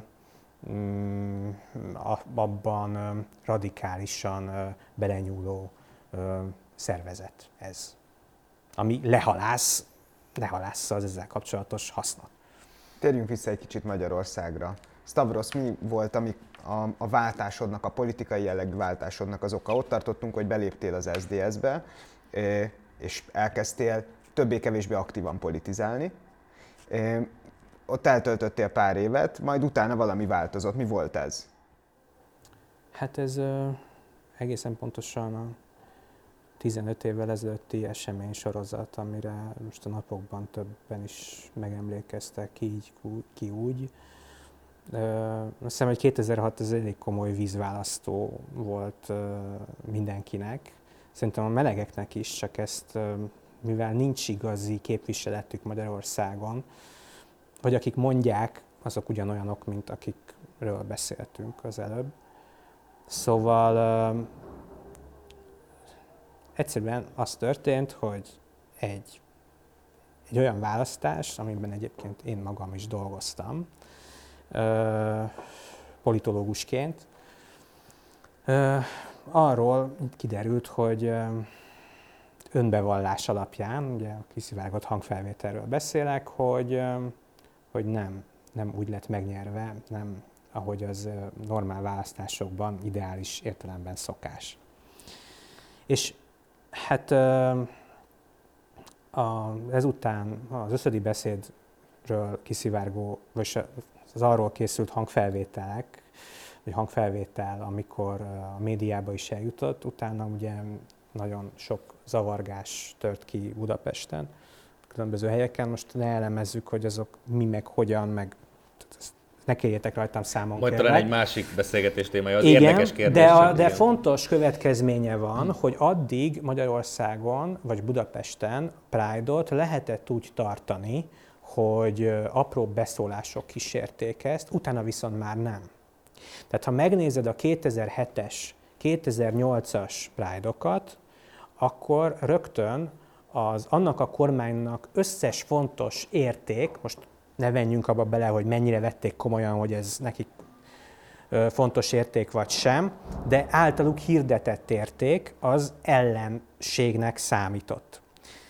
abban radikálisan belenyúló szervezet ez, ami lehallásza az ezzel kapcsolatos hasznot. Térjünk vissza egy kicsit Magyarországra. Stavros, mi volt a váltásodnak, a politikai jellegű váltásodnak az oka? Ott tartottunk, hogy beléptél az SZDSZ-be, és elkezdtél többé-kevésbé aktívan politizálni. Ott eltöltöttél pár évet, majd utána valami változott. Mi volt ez? Hát ez egészen pontosan a 15 évvel ezelőtti eseménysorozat, amire most a napokban többen is megemlékeztek, ki úgy. Azt hiszem, hogy 2006 ez elég komoly vízválasztó volt mindenkinek. Szerintem a melegeknek is, csak ezt, mivel nincs igazi képviseletük Magyarországon, vagy akik mondják, azok ugyanolyanok, mint akikről beszéltünk az előbb. Szóval egyszerűen az történt, hogy egy olyan választás, amiben egyébként én magam is dolgoztam, politológusként, arról kiderült, hogy önbevallás alapján, ugye a kiszivárgott hangfelvételről beszélek, hogy nem úgy lett megnyerve, nem ahogy az normál választásokban ideális értelemben szokás. És hát ezután az összödi beszédről kiszivárgó, vagy az arról készült hangfelvételek, vagy hangfelvétel, amikor a médiába is eljutott, utána ugye nagyon sok zavargás tört ki Budapesten, különböző helyeken. Most ne elemezzük, hogy azok mi, meg hogyan, meg ne kérjétek rajtam számon. Majd talán egy másik beszélgetés témája, az igen, érdekes kérdés. De fontos következménye van, hogy addig Magyarországon vagy Budapesten Pride-ot lehetett úgy tartani, hogy apró beszólások kísérték ezt, utána viszont már nem. Tehát ha megnézed a 2007-es, 2008-as Pride-okat, akkor rögtön annak a kormánynak összes fontos érték, most ne menjünk abba bele, hogy mennyire vették komolyan, hogy ez nekik fontos érték vagy sem, de általuk hirdetett érték az ellenségnek számított.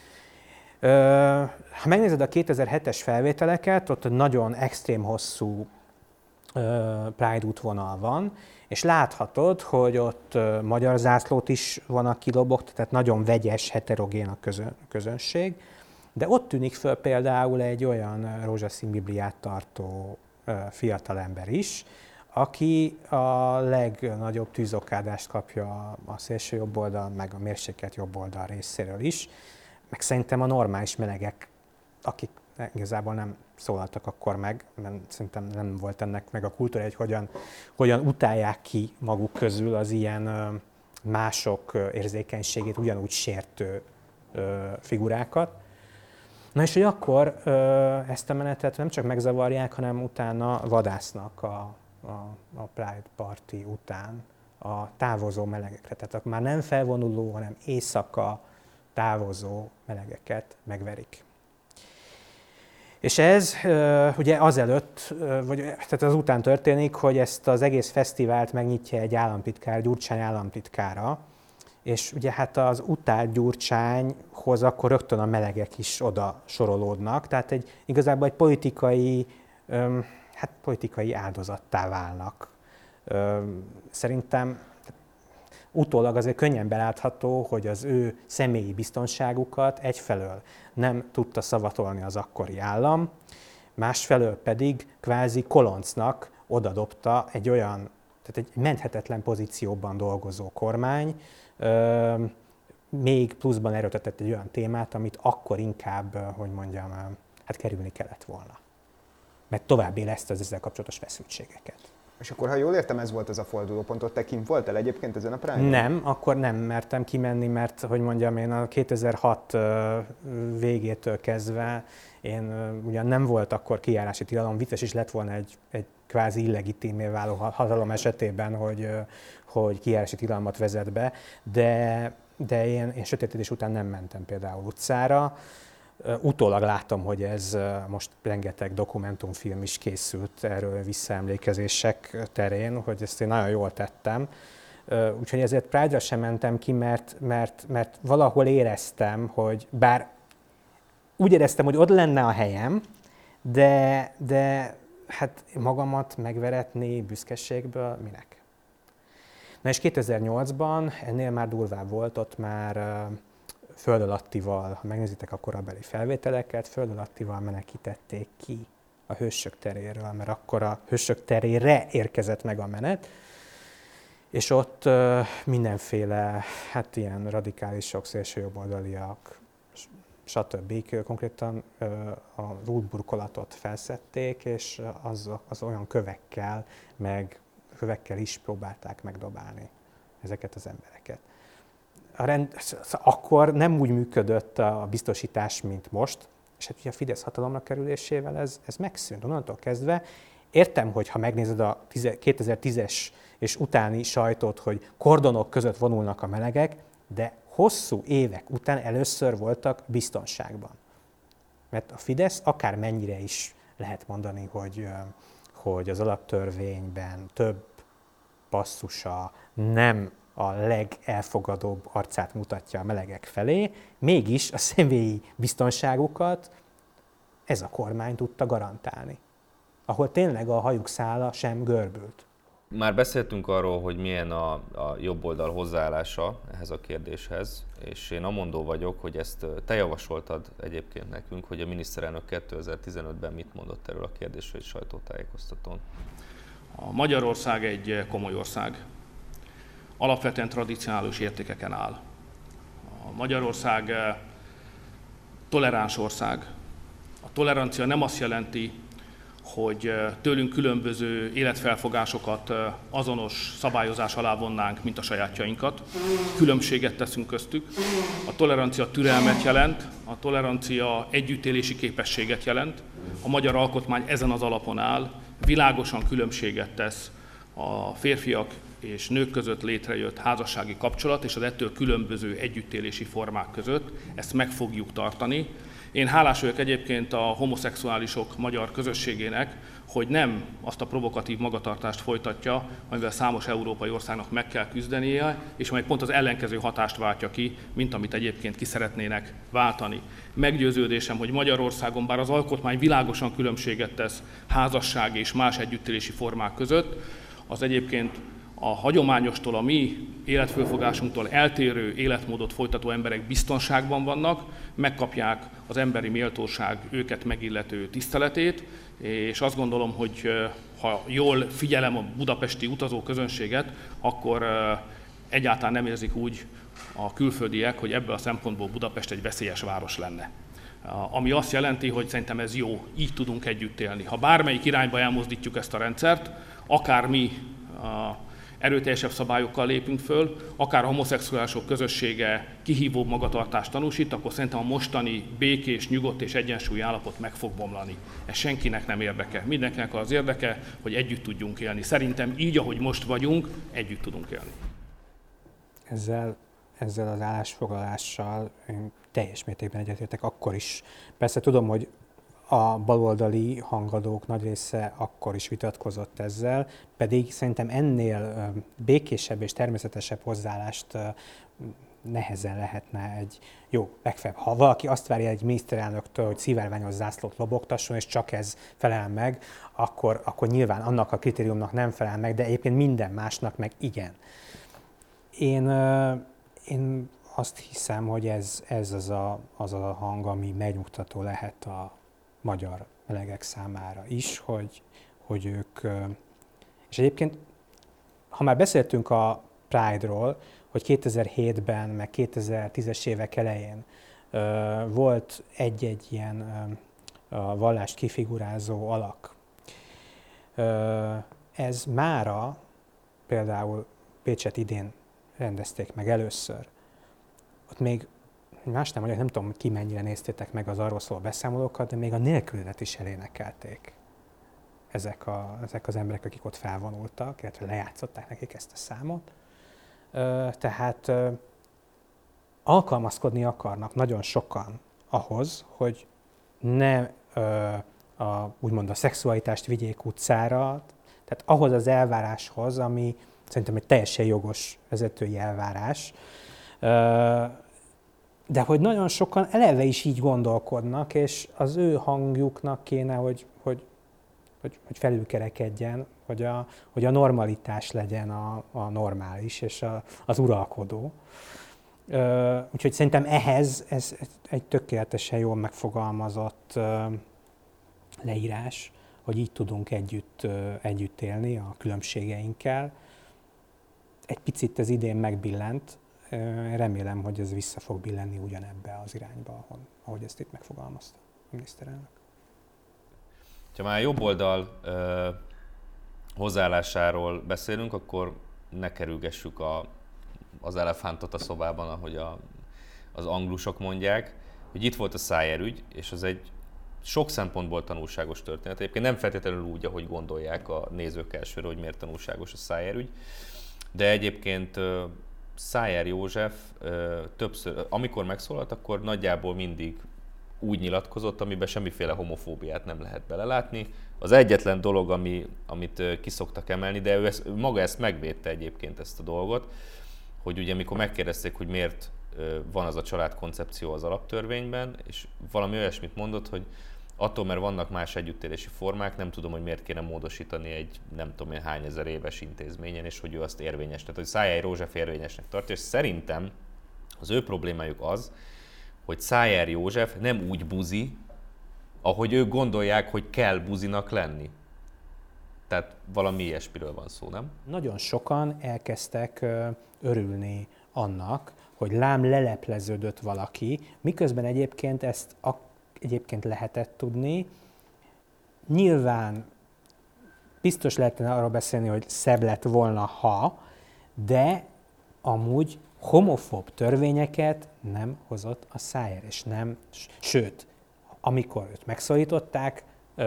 Ha megnézed a 2007-es felvételeket, ott nagyon extrém hosszú Pride útvonal van, és láthatod, hogy ott magyar zászlót is van, aki lobogtat, tehát nagyon vegyes, heterogén a közönség, de ott tűnik föl például egy olyan rózsaszín bibliát tartó fiatalember is, aki a legnagyobb tűzokkádást kapja a szélső jobboldal, meg a mérsékelt jobboldal részéről is, meg szerintem a normális melegek, akik igazából nem szólaltak akkor meg, mert szerintem nem volt ennek meg a kultúra, hogy hogyan utálják ki maguk közül az ilyen mások érzékenységét ugyanúgy sértő figurákat. Na és hogy akkor ezt a menetet nem csak megzavarják, hanem utána vadásznak a Pride Party után a távozó melegekre. Tehát már nem felvonuló, hanem éjszaka távozó melegeket megverik. És ez ugye azelőtt, tehát az után történik, hogy ezt az egész fesztivált megnyitja egy államtitkár, Gyurcsány államtitkára, és ugye hát az utált Gyurcsányhoz akkor rögtön a melegek is oda sorolódnak, tehát igazából egy politikai áldozattá válnak. Szerintem utólag azért könnyen belátható, hogy az ő személyi biztonságukat egyfelől nem tudta szavatolni az akkori állam, másfelől pedig kvázi koloncnak odadobta egy olyan, tehát egy menthetetlen pozícióban dolgozó kormány, még pluszban erőltetett egy olyan témát, amit akkor inkább, hát kerülni kellett volna. Mert tovább éleszte az ezzel kapcsolatos feszültségeket. És akkor, ha jól értem, ez volt az a fordulópont, ott te kint voltál egyébként ezen a Pride-on? Nem, akkor nem mertem kimenni, mert, én a 2006 végétől kezdve, ugyan nem volt akkor kijárási tilalom, vicces is lett volna egy kvázi illegitímé váló hatalom esetében, hogy kijárási tilalmat vezet be, de én sötétedés után nem mentem például utcára. Utólag láttam, hogy ez most rengeteg dokumentumfilm is készült erről visszaemlékezések terén, hogy ezt én nagyon jól tettem. Úgyhogy ezért Pride-ra sem mentem ki, mert valahol éreztem, hogy bár úgy éreztem, hogy ott lenne a helyem, de hát magamat megveretni büszkeségből minek? Na és 2008-ban ennél már durvább volt, ott már föld alattival, ha megnézitek a korabeli felvételeket, föld alattival menekítették ki a Hősök teréről, mert akkor a Hősök terére érkezett meg a menet, és ott mindenféle, hát ilyen radikálisok, szélsőjobboldaliak, stb. Konkrétan az útburkolatot felszedték, és az olyan kövekkel is próbálták megdobálni ezeket az embereket. Akkor nem úgy működött a biztosítás, mint most, és hát ugye a Fidesz hatalomra kerülésével ez megszűnt. Onnantól kezdve értem, hogy ha megnézed a 2010-es és utáni sajtót, hogy kordonok között vonulnak a melegek, de hosszú évek után először voltak biztonságban. Mert a Fidesz akármennyire is lehet mondani, hogy az alaptörvényben több passzusa nem a legelfogadóbb arcát mutatja a melegek felé, mégis a személyi biztonságukat ez a kormány tudta garantálni, ahol tényleg a hajuk szála sem görbült. Már beszéltünk arról, hogy milyen a jobb oldal hozzáállása ehhez a kérdéshez, és én amondó vagyok, hogy ezt te javasoltad egyébként nekünk, hogy a miniszterelnök 2015-ben mit mondott erről a kérdésről egy sajtótájékoztatón. A Magyarország egy komoly ország. Alapvetően tradicionális értékeken áll. A Magyarország toleráns ország. A tolerancia nem azt jelenti, hogy tőlünk különböző életfelfogásokat azonos szabályozás alá vonnánk, mint a sajátjainkat. Különbséget teszünk köztük. A tolerancia türelmet jelent, a tolerancia együttélési képességet jelent. A magyar alkotmány ezen az alapon áll, világosan különbséget tesz a férfiak és nők között létrejött házassági kapcsolat és az ettől különböző együttélési formák között. Ezt meg fogjuk tartani. Én hálás vagyok egyébként a homoszexuálisok magyar közösségének, hogy nem azt a provokatív magatartást folytatja, amivel számos európai országnak meg kell küzdenie, és amely pont az ellenkező hatást váltja ki, mint amit egyébként ki szeretnének váltani. Meggyőződésem, hogy Magyarországon, bár az alkotmány világosan különbséget tesz házasság és más együttélési formák között, az egyébként a hagyományostól, a mi életfölfogásunktól eltérő életmódot folytató emberek biztonságban vannak, megkapják az emberi méltóság őket megillető tiszteletét, és azt gondolom, hogy ha jól figyelem a budapesti utazóközönséget, akkor egyáltalán nem érzik úgy a külföldiek, hogy ebből a szempontból Budapest egy veszélyes város lenne. Ami azt jelenti, hogy szerintem ez jó, így tudunk együtt élni. Ha bármelyik irányba elmozdítjuk ezt a rendszert, akár mi erőteljesebb szabályokkal lépünk föl, akár a homoszexuálisok közössége kihívóbb magatartást tanúsít, akkor szerintem a mostani békés, nyugodt és egyensúlyi állapot meg fog bomlani. Ez senkinek nem érdeke. Mindenkinek az érdeke, hogy együtt tudjunk élni. Szerintem így, ahogy most vagyunk, együtt tudunk élni. Ezzel az állásfoglalással én teljes mértékben egyetértek akkor is. Persze tudom, hogy a baloldali hangadók nagy része akkor is vitatkozott ezzel, pedig szerintem ennél békésebb és természetesebb hozzáállást nehezen lehetne egy jó, legfeljebb. Ha valaki azt várja egy miniszterelnöktől, hogy szivárványos zászlót lobogtasson, és csak ez felel meg, akkor nyilván annak a kritériumnak nem felel meg, de egyébként minden másnak meg igen. Én azt hiszem, hogy ez az a hang, ami megnyugtató lehet a magyar melegek számára is, hogy ők... És egyébként, ha már beszéltünk a Pride-ról, hogy 2007-ben, meg 2010-es évek elején volt egy-egy ilyen vallást kifigurázó alak. Ez mára, például Pécset idén rendezték meg először. Ott még más nem mondjak, nem tudom, ki mennyire néztétek meg az arról szóló beszámolókat, de még a nélkülödet is elénekelték ezek az emberek, akik ott felvonultak, illetve lejátszották nekik ezt a számot. Tehát alkalmazkodni akarnak nagyon sokan ahhoz, hogy ne úgymond a szexualitást vigyék utcára, tehát ahhoz az elváráshoz, ami szerintem egy teljesen jogos vezetői elvárás, de hogy nagyon sokan eleve is így gondolkodnak, és az ő hangjuknak kéne, hogy felülkerekedjen, hogy a normalitás legyen a normális és az uralkodó. Úgyhogy szerintem ehhez ez egy tökéletesen jól megfogalmazott leírás, hogy így tudunk együtt élni a különbségeinkkel. Egy picit ez idén megbillent, remélem, hogy ez vissza fog billenni ugyanebbe az irányba, ahogy ezt itt megfogalmazta a miniszterelnök. Ha már jobb oldal hozzáállásáról beszélünk, akkor ne kerülgessük az elefántot a szobában, ahogy az anglusok mondják, hogy itt volt a Szájer ügy, és az egy sok szempontból tanulságos történet. Egyébként nem feltétlenül úgy, ahogy gondolják a nézők elsőre, hogy miért tanulságos a Szájer ügy, de egyébként Szájer József többször, amikor megszólalt, akkor nagyjából mindig úgy nyilatkozott, amiben semmiféle homofóbiát nem lehet belelátni. Az egyetlen dolog, amit kiszoktak emelni, de ő maga ezt megvédte egyébként ezt a dolgot, hogy ugye amikor megkérdezték, hogy miért van az a családkoncepció az alaptörvényben, és valami olyasmit mondott, hogy attól, mert vannak más együttélési formák, nem tudom, hogy miért kéne módosítani egy nem tudom én hány ezer éves intézményen, és hogy ő azt érvényes. Tehát, hogy Szájer József érvényesnek tartja, és szerintem az ő problémájuk az, hogy Szájer József nem úgy buzi, ahogy ők gondolják, hogy kell buzinak lenni. Tehát valami ilyesmiről van szó, nem? Nagyon sokan elkezdtek örülni annak, hogy lám lelepleződött valaki, miközben egyébként ezt egyébként lehetett tudni. Nyilván biztos lehetne arról beszélni, hogy szebb lett volna, ha, de amúgy homofób törvényeket nem hozott a Szájer, és nem, sőt, amikor őt megszólították,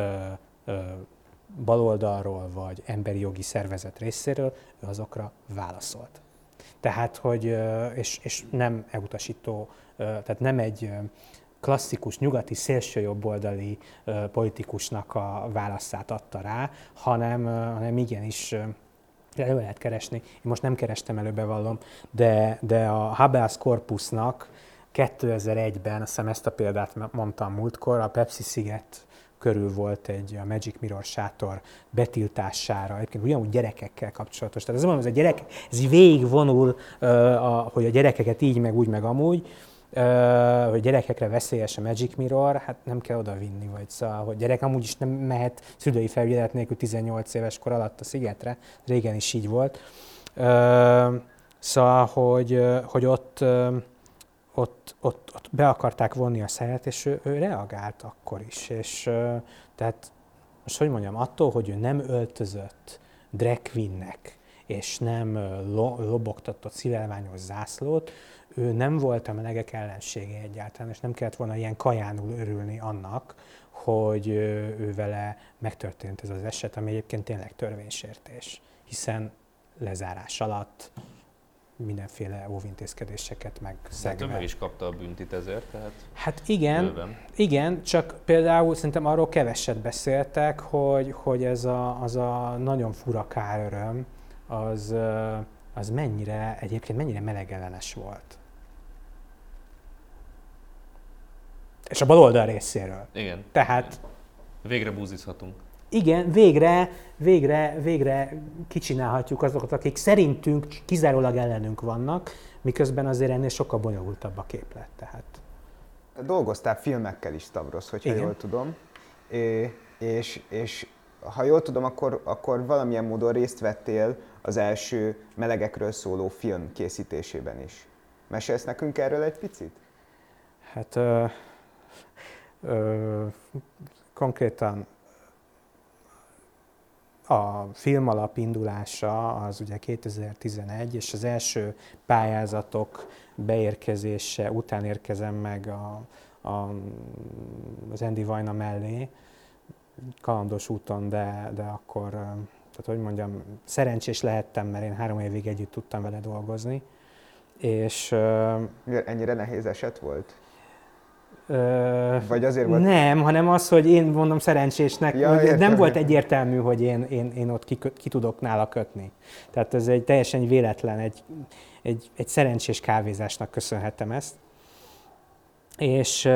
baloldalról vagy emberi jogi szervezet részéről, ő azokra válaszolt. Tehát, hogy, és nem elutasító, tehát nem egy klasszikus nyugati szélsőjobboldali politikusnak a válaszát adta rá, hanem igenis elő lehet keresni. Én most nem kerestem elő, bevallom, de a habeas corpusnak 2001-ben, azt hiszem ezt a példát mondtam múltkor, a Pepsi-sziget körül volt a Magic Mirror sátor betiltására, egyébként ugyanúgy gyerekekkel kapcsolatos. Tehát ez mondom, ez végigvonul, hogy a gyerekeket így, meg úgy, meg amúgy, hogy gyerekekre veszélyes a Magic Mirror, hát nem kell oda vinni, vagy szóval, hogy gyerek amúgy is nem mehet szülői felügyelet nélkül 18 éves kor alatt a szigetre, régen is így volt. Szóval, hogy ott be akarták vonni a Szájert, és ő reagált akkor is. És tehát most hogy mondjam, attól, hogy ő nem öltözött drag queennek, és nem lobogtatott szivárványos zászlót, ő nem volt a melegek ellensége egyáltalán, és nem kellett volna ilyen kajánul örülni annak, hogy ő vele megtörtént ez az eset, ami egyébként tényleg törvénysértés, hiszen lezárás alatt mindenféle óvintézkedéseket Szerintem megszegve. meg is kapta a büntit ezért, tehát... Hát bőven. igen, csak például szerintem arról keveset beszéltek, hogy az a nagyon fura káröröm, az mennyire melegellenes volt. És a baloldal részéről. Igen. Tehát Végre búzizhatunk. igen, végre kicsinálhatjuk azokat, akik szerintünk kizárólag ellenünk vannak, miközben azért ennél sokkal bonyolultabb a képlet. Tehát. Dolgoztál filmekkel is, Stavros, hogyha Igen. jól tudom. És ha jól tudom, akkor valamilyen módon részt vettél az első melegekről szóló film készítésében is. Mesélsz nekünk erről egy picit? Hát konkrétan a Filmalap indulása az ugye 2011, és az első pályázatok beérkezése után érkezem meg az Andy Vajna mellé, kalandos úton, de akkor, tehát hogy mondjam, szerencsés lehettem, mert én 3 évig együtt tudtam vele dolgozni. És Ennyire nehéz eset volt? Vagy azért volt? Nem, hanem az, hogy én mondom szerencsésnek, Ja, hogy értem. nem volt egyértelmű, hogy én ott ki tudok nála kötni. Tehát ez egy teljesen véletlen, egy szerencsés kávézásnak köszönhetem ezt. És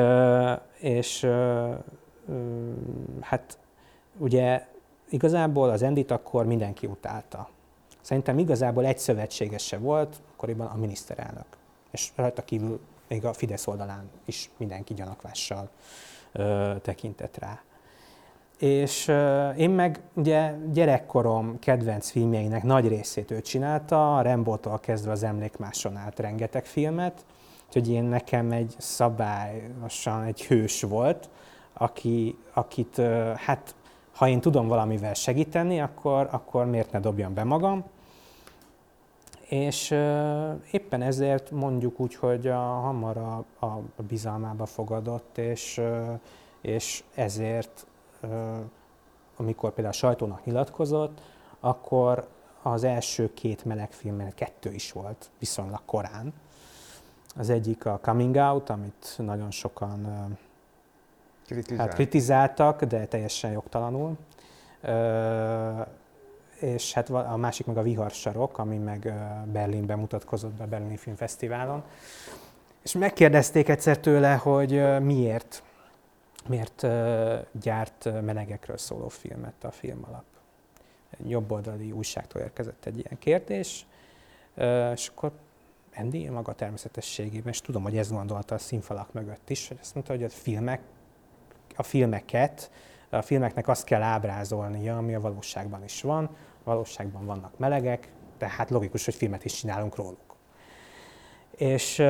hát ugye igazából az Andyt akkor mindenki utálta. Szerintem igazából egy szövetséges se volt, akkoriban a miniszterelnök. És rajta kívül még a Fidesz oldalán is mindenki gyanakvással tekintett rá. És én meg ugye gyerekkorom kedvenc filmjeinek nagy részét ő csinálta, a Rambótól kezdve az Emlékmáson át rengeteg filmet, úgyhogy én nekem egy szabályosan egy hős volt, akit hát ha én tudom valamivel segíteni, akkor miért ne dobjam be magam. És éppen ezért mondjuk úgy, hogy hamar a bizalmába fogadott, és ezért, amikor például a sajtónak nyilatkozott, akkor az első 2 melegfilmben 2 is volt viszonylag korán. Az egyik a Coming Out, amit nagyon sokan kritizáltak, de teljesen jogtalanul. És hát a másik meg a Viharsarok, ami meg Berlinben mutatkozott be a Berlini Filmfesztiválon. És megkérdezték egyszer tőle, hogy miért gyárt melegekről szóló filmet a Filmalap. Egy jobboldali újságtól érkezett egy ilyen kérdés, és akkor Andy maga természetességében, és tudom, hogy ez gondolta a színfalak mögött is, hogy azt mondta, hogy a filmeknek azt kell ábrázolnia, ami a valóságban is van. A valóságban vannak melegek, tehát logikus, hogy filmet is csinálunk róluk. És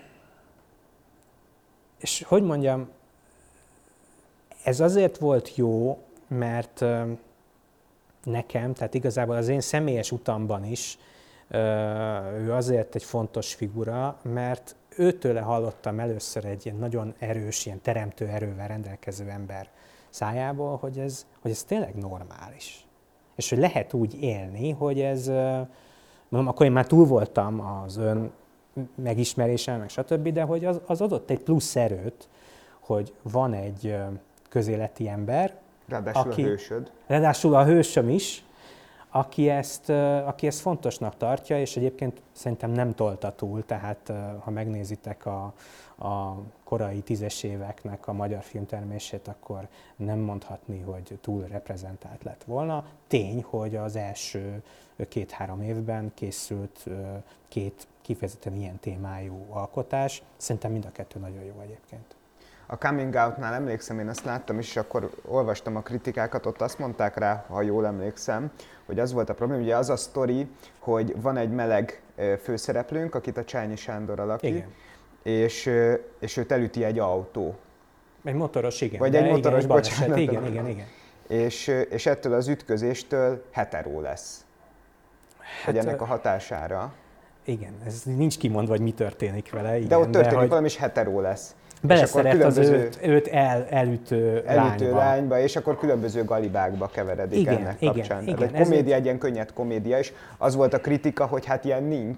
hogy mondjam, ez azért volt jó, mert nekem, tehát igazából az én személyes utamban is ő azért egy fontos figura, mert őtőle hallottam először egy ilyen nagyon erős, ilyen teremtő erővel rendelkező ember szájából, hogy ez tényleg normális. És hogy lehet úgy élni, hogy ez, mondom, akkor én már túl voltam az ön megismerésen, meg stb., de hogy az adott egy plusz erőt, hogy van egy közéleti ember, Ráadásul a hősöm is, aki ezt fontosnak tartja, és egyébként szerintem nem tolta túl, tehát ha megnézitek a korai 10-es éveknek a magyar filmtermését, akkor nem mondhatni, hogy túl reprezentált lett volna. Tény, hogy az első 2-3 évben készült 2 kifejezetten ilyen témájú alkotás. Szerintem mind a 2 nagyon jó egyébként. A Coming Out-nál emlékszem, én azt láttam is, és akkor olvastam a kritikákat, ott azt mondták rá, ha jól emlékszem, hogy az volt a probléma, ugye az a sztori, hogy van egy meleg főszereplőnk, akit a Csányi Sándor alakít, és őt elüti egy autó. Egy motoros, igen. Vagy egy motoros, bocsánat. Igen. És ettől az ütközéstől hetero lesz. Hogy ennek a hatására. Igen, ez nincs kimondva, hogy mi történik vele. Igen, de ott történik valami, és hetero lesz. Beleszeret az őt elütő lányba, és akkor különböző galibákba keveredik ennek kapcsán. Igen, egy komédia, egy ilyen könnyed komédia, és az volt a kritika, hogy hát ilyen nincs,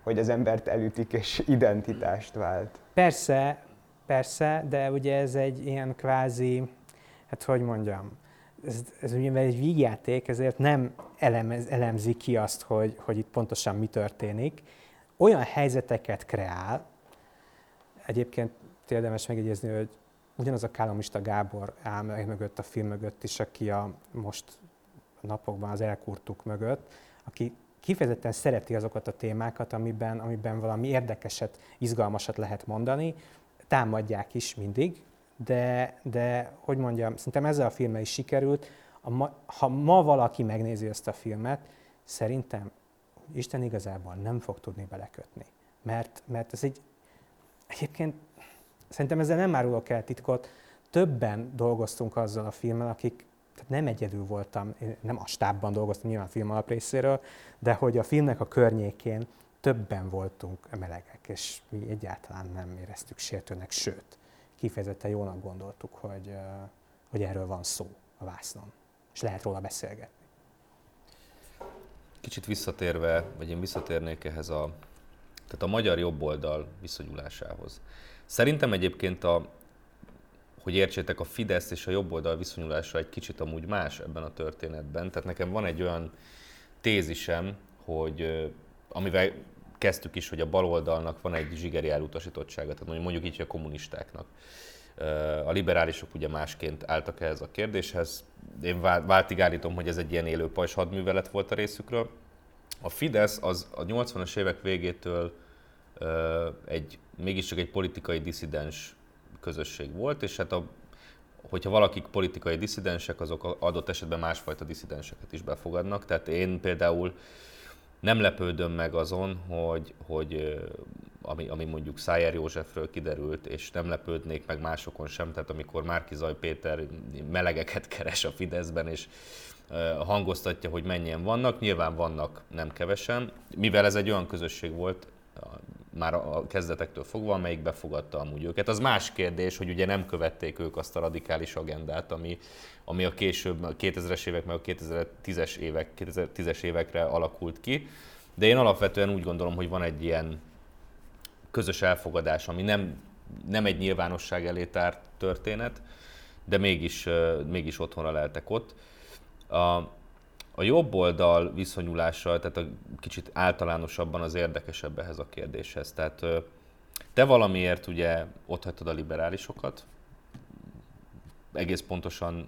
hogy az embert elütik és identitást vált. Persze, de ugye ez egy ilyen kvázi, hát hogy mondjam, ez mivel egy vígjáték, ezért nem elemzi ki azt, hogy itt pontosan mi történik. Olyan helyzeteket kreál, egyébként érdemes megjegyezni, hogy ugyanaz a Kálomista Gábor áll mögött, a film mögött is, aki most a napokban az Elkurtuk mögött, aki kifejezetten szereti azokat a témákat, amiben valami érdekeset, izgalmasat lehet mondani, támadják is mindig, de hogy mondjam, szerintem ezzel a filmmel is sikerült. Ha ma valaki megnézi ezt a filmet, szerintem Isten igazából nem fog tudni belekötni. Mert ez egyébként szerintem ezzel nem árulok el titkot, többen dolgoztunk azzal a filmmel, tehát nem egyedül voltam, én nem a stábban dolgoztam nyilván a film alaprészéről, de hogy a filmnek a környékén többen voltunk melegek, és mi egyáltalán nem éreztük sértőnek, sőt, kifejezetten jónak gondoltuk, hogy erről van szó a vásznon, és lehet róla beszélgetni. Kicsit visszatérve, vagy én visszatérnék ehhez tehát a magyar jobboldal viszonyulásához. Szerintem egyébként hogy értsétek, a Fidesz és a jobboldal viszonyulása egy kicsit amúgy más ebben a történetben. Tehát nekem van egy olyan tézisem, hogy amivel kezdtük is, hogy a baloldalnak van egy zsigeri elutasítottsága, tehát mondjuk így, hogy a kommunistáknak. A liberálisok ugye másként álltak ehhez a kérdéshez. Én váltig állítom, hogy ez egy ilyen élő pajzs hadművelet volt a részükről. A Fidesz az a 80-as évek végétől mégiscsak egy politikai disszidens közösség volt, és hát hogyha valakik politikai disszidensek, azok adott esetben másfajta disszidenseket is befogadnak. Tehát én például nem lepődöm meg azon, hogy ami mondjuk Szájer Józsefről kiderült, és nem lepődnék meg másokon sem, tehát amikor Márki-Zay Péter melegeket keres a Fideszben, és hangoztatja, hogy mennyien vannak, nyilván vannak nem kevesen, mivel ez egy olyan közösség volt, már a kezdetektől fogva, amelyik befogadta amúgy őket. Az más kérdés, hogy ugye nem követték ők azt a radikális agendát, ami a később, a 2000-es évek, meg a 2010-es évekre alakult ki. De én alapvetően úgy gondolom, hogy van egy ilyen közös elfogadás, ami nem egy nyilvánosság elé tárt történet, de mégis otthonra leltek ott. A jobb oldal viszonyulása, tehát a kicsit általánosabban az érdekesebb ehhez a kérdéshez. Tehát te valamiért ugye otthagytad a liberálisokat, egész pontosan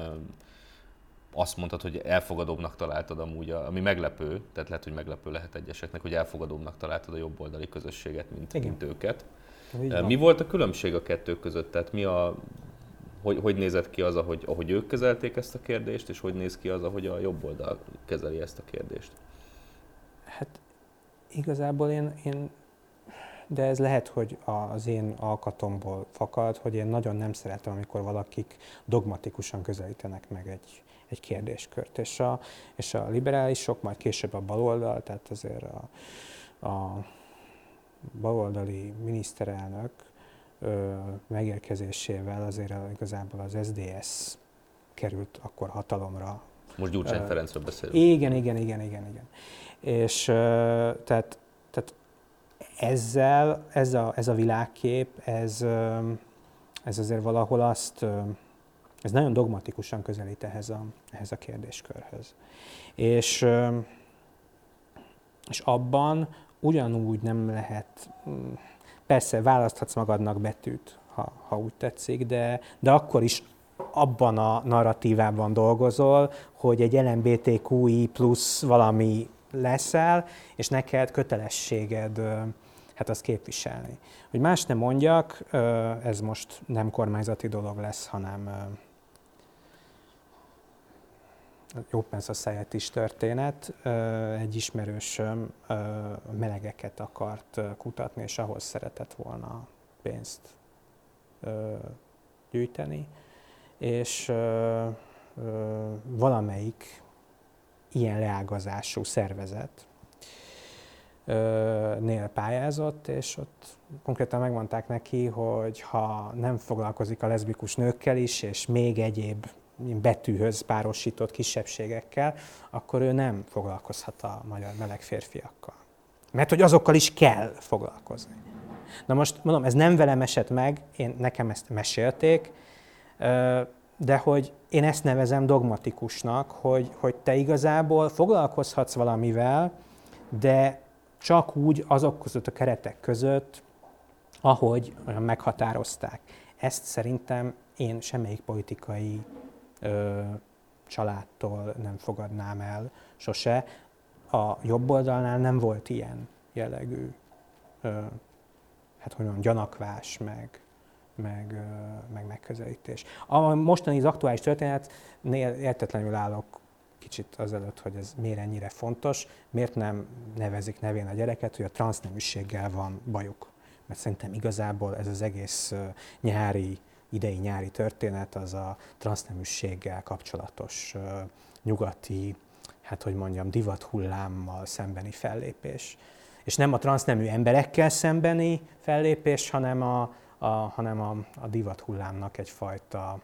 azt mondtad, hogy elfogadóbbnak találtad amúgy, ami meglepő, tehát lehet, hogy meglepő lehet egyeseknek, hogy elfogadóbbnak találtad a jobboldali közösséget, mint őket. Mi volt a különbség a kettő között? Tehát hogy nézett ki az, ahogy ők kezelték ezt a kérdést, és hogy néz ki az, ahogy a jobb oldal kezeli ezt a kérdést? Hát igazából de ez lehet, hogy az én alkatomból fakad, hogy én nagyon nem szeretem, amikor valakik dogmatikusan közelítenek meg egy kérdéskört. És a liberálisok, majd később a baloldal, tehát azért a baloldali miniszterelnök megérkezésével azért igazából az SZDSZ került akkor hatalomra. Most Gyurcsány Ferencről beszélünk. Igen. És tehát ez a világkép, ez azért valahol ez nagyon dogmatikusan közelít ehhez a kérdéskörhöz. És abban ugyanúgy nem lehet, persze választhatsz magadnak betűt, ha úgy tetszik, de akkor is abban a narratívában dolgozol, hogy egy LMBTQI plusz valami leszel, és neked kötelességed azt képviselni. Hogy más nem mondjak, ez most nem kormányzati dolog lesz, hanem Open Society-s történet. Egy ismerősöm melegeket akart kutatni, és ahhoz szeretett volna pénzt gyűjteni, és valamelyik ilyen leágazású szervezet nél pályázott, és ott konkrétan megmondták neki, hogy ha nem foglalkozik a leszbikus nőkkel is, és még egyéb betűhöz párosított kisebbségekkel, akkor ő nem foglalkozhat a magyar meleg férfiakkal. Mert hogy azokkal is kell foglalkozni. Na most mondom, ez nem velem esett meg, nekem ezt mesélték, de hogy én ezt nevezem dogmatikusnak, hogy te igazából foglalkozhatsz valamivel, de csak úgy azok között a keretek között, ahogy olyan meghatározták. Ezt szerintem én semmelyik politikai családtól nem fogadnám el sose. A jobb oldalnál nem volt ilyen jellegű gyanakvás, meg megközelítés. A mostani az aktuális történetnél értetlenül állok kicsit azelőtt, hogy ez miért ennyire fontos, miért nem nevezik nevén a gyereket, hogy a transzneműséggel van bajuk. Mert szerintem igazából ez az egész idei nyári történet az a transzneműséggel kapcsolatos nyugati, divathullámmal szembeni fellépés. És nem a transznemű emberekkel szembeni fellépés, hanem a divathullámnak egyfajta,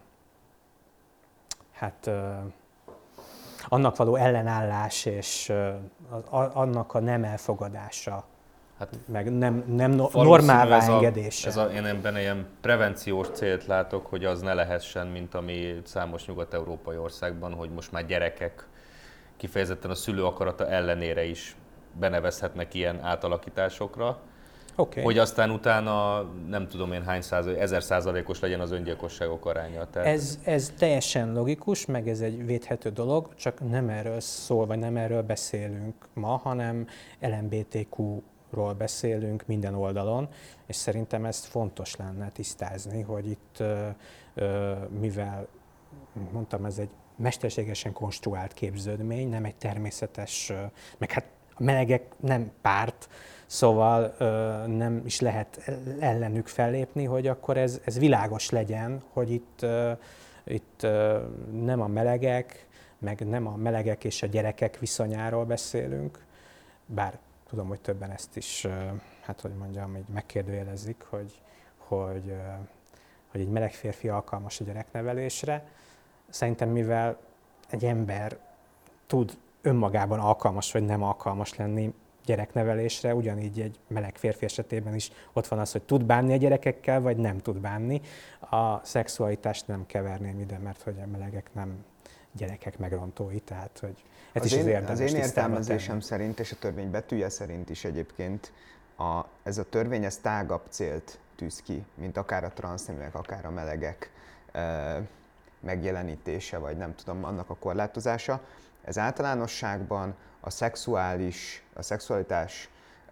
annak való ellenállás és annak a nem elfogadása, meg nem normálvá engedése. Én ebben ilyen prevenciós célt látok, hogy az ne lehessen, mint ami számos nyugat-európai országban, hogy most már gyerekek kifejezetten a szülő akarata ellenére is benevezhetnek ilyen átalakításokra, hogy aztán utána nem tudom én hány 1000%-os legyen az öngyilkosságok aránya. Tehát... Ez teljesen logikus, meg ez egy védhető dolog, csak nem erről szól, vagy nem erről beszélünk ma, hanem LMBTQ-ról beszélünk minden oldalon, és szerintem ezt fontos lenne tisztázni, hogy itt, mivel mondtam, ez egy mesterségesen konstruált képződmény, nem egy természetes, meg hát a melegek nem párt, szóval nem is lehet ellenük fellépni, hogy akkor ez világos legyen, hogy itt nem a melegek, meg nem a melegek és a gyerekek viszonyáról beszélünk, bár tudom, hogy többen ezt is, így megkérdőjelezik, hogy egy meleg férfi alkalmas a gyereknevelésre. Szerintem mivel egy ember tud önmagában alkalmas vagy nem alkalmas lenni gyereknevelésre, ugyanígy egy meleg férfi esetében is ott van az, hogy tud bánni a gyerekekkel, vagy nem tud bánni. A szexualitást nem keverném ide, mert hogy a melegek nem gyerekek megrontói, tehát hogy ez is az érdemes. Az én értelmezésem szerint, és a törvény betűje szerint is egyébként ez a törvény ez tágabb célt tűz ki, mint akár a transzneműek, akár a melegek megjelenítése, vagy nem tudom, annak a korlátozása. Ez általánosságban a szexualitás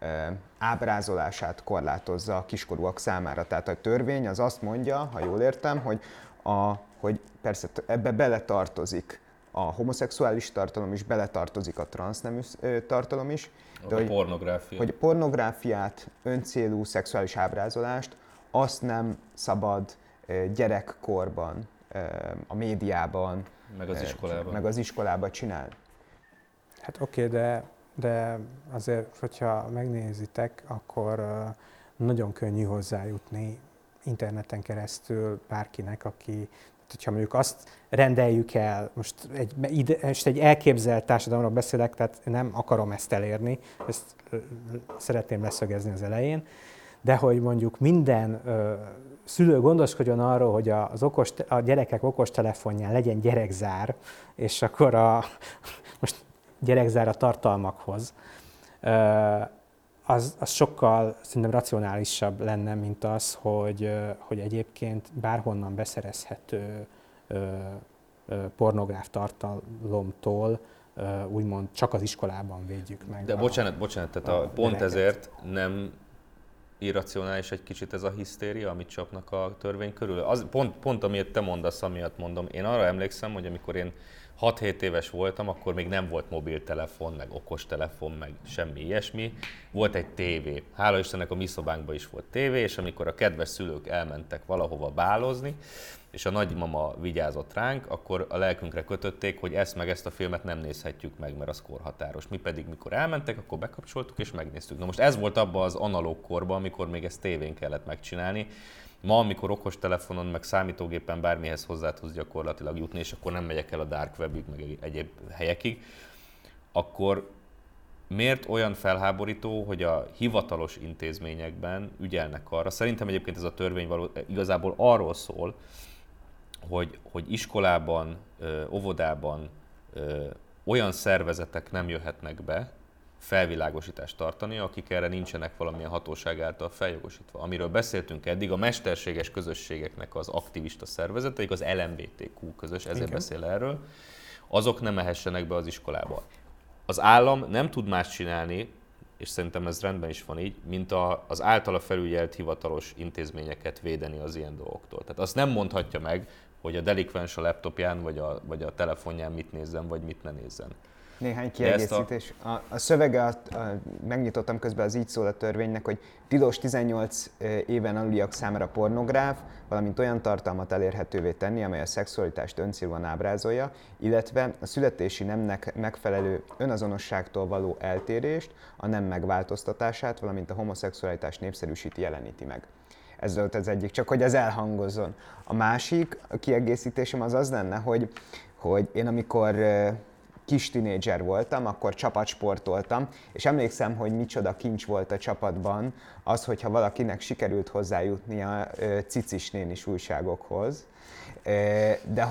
ábrázolását korlátozza a kiskorúak számára. Tehát a törvény az azt mondja, ha jól értem, hogy persze ebbe beletartozik a homoszexuális tartalom is, beletartozik a transznemű tartalom is. De a pornográfia. Hogy ponográfiát, öncélú szexuális ábrázolást, azt nem szabad gyerekkorban, a médiában, meg az iskolában csinálni. Hát oké, de azért, hogyha megnézitek, akkor nagyon könnyű hozzájutni interneten keresztül bárkinek, hogyha mondjuk azt rendeljük el, most egy elképzelt társadalomról beszélek, tehát nem akarom ezt elérni, ezt szeretném leszögezni az elején, de hogy mondjuk minden szülő gondoskodjon arról, hogy a gyerekek okostelefonján legyen gyerekzár, és akkor most gyerekzár a tartalmakhoz, az sokkal szerintem racionálisabb lenne, mint az, hogy egyébként bárhonnan beszerezhető pornográf tartalomtól úgymond csak az iskolában védjük meg. De bocsánat, tehát pont ezért nem irracionális egy kicsit ez a hisztéria, amit csapnak a törvény körül. Pont amiért te mondasz, amiatt mondom. Én arra emlékszem, hogy amikor én 6-7 éves voltam, akkor még nem volt mobiltelefon, meg okostelefon, meg semmi ilyesmi. Volt egy tévé. Hála Istennek a mi szobánkban is volt tévé, és amikor a kedves szülők elmentek valahova bálozni, és a nagymama vigyázott ránk, akkor a lelkünkre kötötték, hogy ezt meg ezt a filmet nem nézhetjük meg, mert az korhatáros. Mi pedig, mikor elmentek, akkor bekapcsoltuk és megnéztük. Na most ez volt abban az analóg korban, amikor még ezt tévén kellett megcsinálni. Ma, amikor okostelefonon, meg számítógépen bármihez hozzá tudsz gyakorlatilag jutni, és akkor nem megyek el a dark webig, meg egyéb helyekig, akkor miért olyan felháborító, hogy a hivatalos intézményekben ügyelnek arra? Szerintem egyébként ez a törvény igazából arról szól, hogy iskolában, óvodában olyan szervezetek nem jöhetnek be felvilágosítást tartani, akik erre nincsenek valamilyen hatóság által feljogosítva. Amiről beszéltünk eddig, a mesterséges közösségeknek az aktivista szervezeteik, az LMBTQ közös, ezért beszél erről, azok nem mehessenek be az iskolába. Az állam nem tud más csinálni, és szerintem ez rendben is van így, mint az általa felügyelt hivatalos intézményeket védeni az ilyen dolgoktól. Tehát azt nem mondhatja meg, hogy a delikvens a laptopján vagy a telefonján mit nézzen, vagy mit ne nézzen. Néhány kiegészítés. A szövege, megnyitottam közben, az így szól a törvénynek, hogy tilos 18 éven aluliak számára pornográf, valamint olyan tartalmat elérhetővé tenni, amely a szexualitást öncélúan ábrázolja, illetve a születési nemnek megfelelő önazonosságtól való eltérést, a nem megváltoztatását, valamint a homoszexualitás népszerűsíti, jeleníti meg. Ez volt az egyik, csak hogy ez elhangozzon. A másik a kiegészítésem az lenne, hogy én amikor kis tinédzser voltam, akkor csapatsportoltam, és emlékszem, hogy micsoda kincs volt a csapatban az, hogyha valakinek sikerült hozzájutni a cicis nénis újságokhoz, de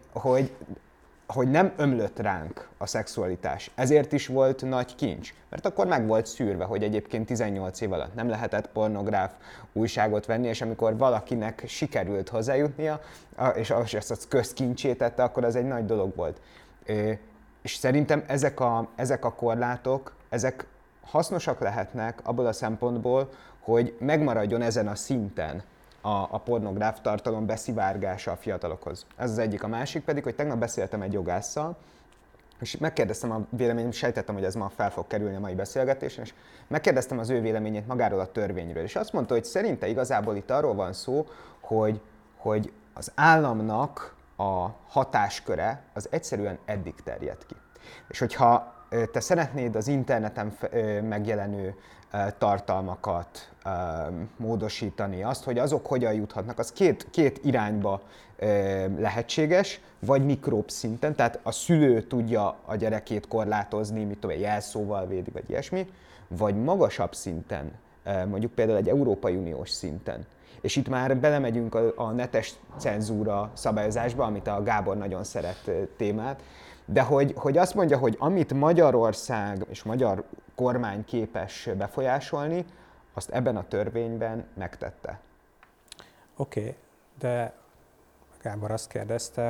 hogy nem ömlött ránk a szexualitás. Ezért is volt nagy kincs, mert akkor meg volt szűrve, hogy egyébként 18 év alatt nem lehetett pornográf újságot venni, és amikor valakinek sikerült hozzájutnia, és azt közkincsét tette, akkor az egy nagy dolog volt. És szerintem ezek a korlátok, ezek hasznosak lehetnek abból a szempontból, hogy megmaradjon ezen a szinten a pornográf tartalom beszivárgása a fiatalokhoz. Ez az egyik. A másik pedig, hogy tegnap beszéltem egy jogásszal, és megkérdeztem a véleményét, sejtettem, hogy ez ma fel fog kerülni a mai beszélgetésen, és megkérdeztem az ő véleményét magáról a törvényről. És azt mondta, hogy szerinte igazából itt arról van szó, hogy az államnak a hatásköre az egyszerűen eddig terjed ki. És hogyha te szeretnéd az interneten megjelenő tartalmakat módosítani, azt, hogy azok hogyan juthatnak, az két irányba lehetséges, vagy mikróbb szinten, tehát a szülő tudja a gyerekét korlátozni, mit tudom, jelszóval védi, vagy ilyesmi, vagy magasabb szinten, mondjuk például egy Európai Uniós szinten. És itt már belemegyünk a netes cenzúra szabályozásba, amit a Gábor nagyon szeret témát, de hogy azt mondja, hogy amit Magyarország és magyar kormány képes befolyásolni, azt ebben a törvényben megtette. Oké, de Gábor azt kérdezte,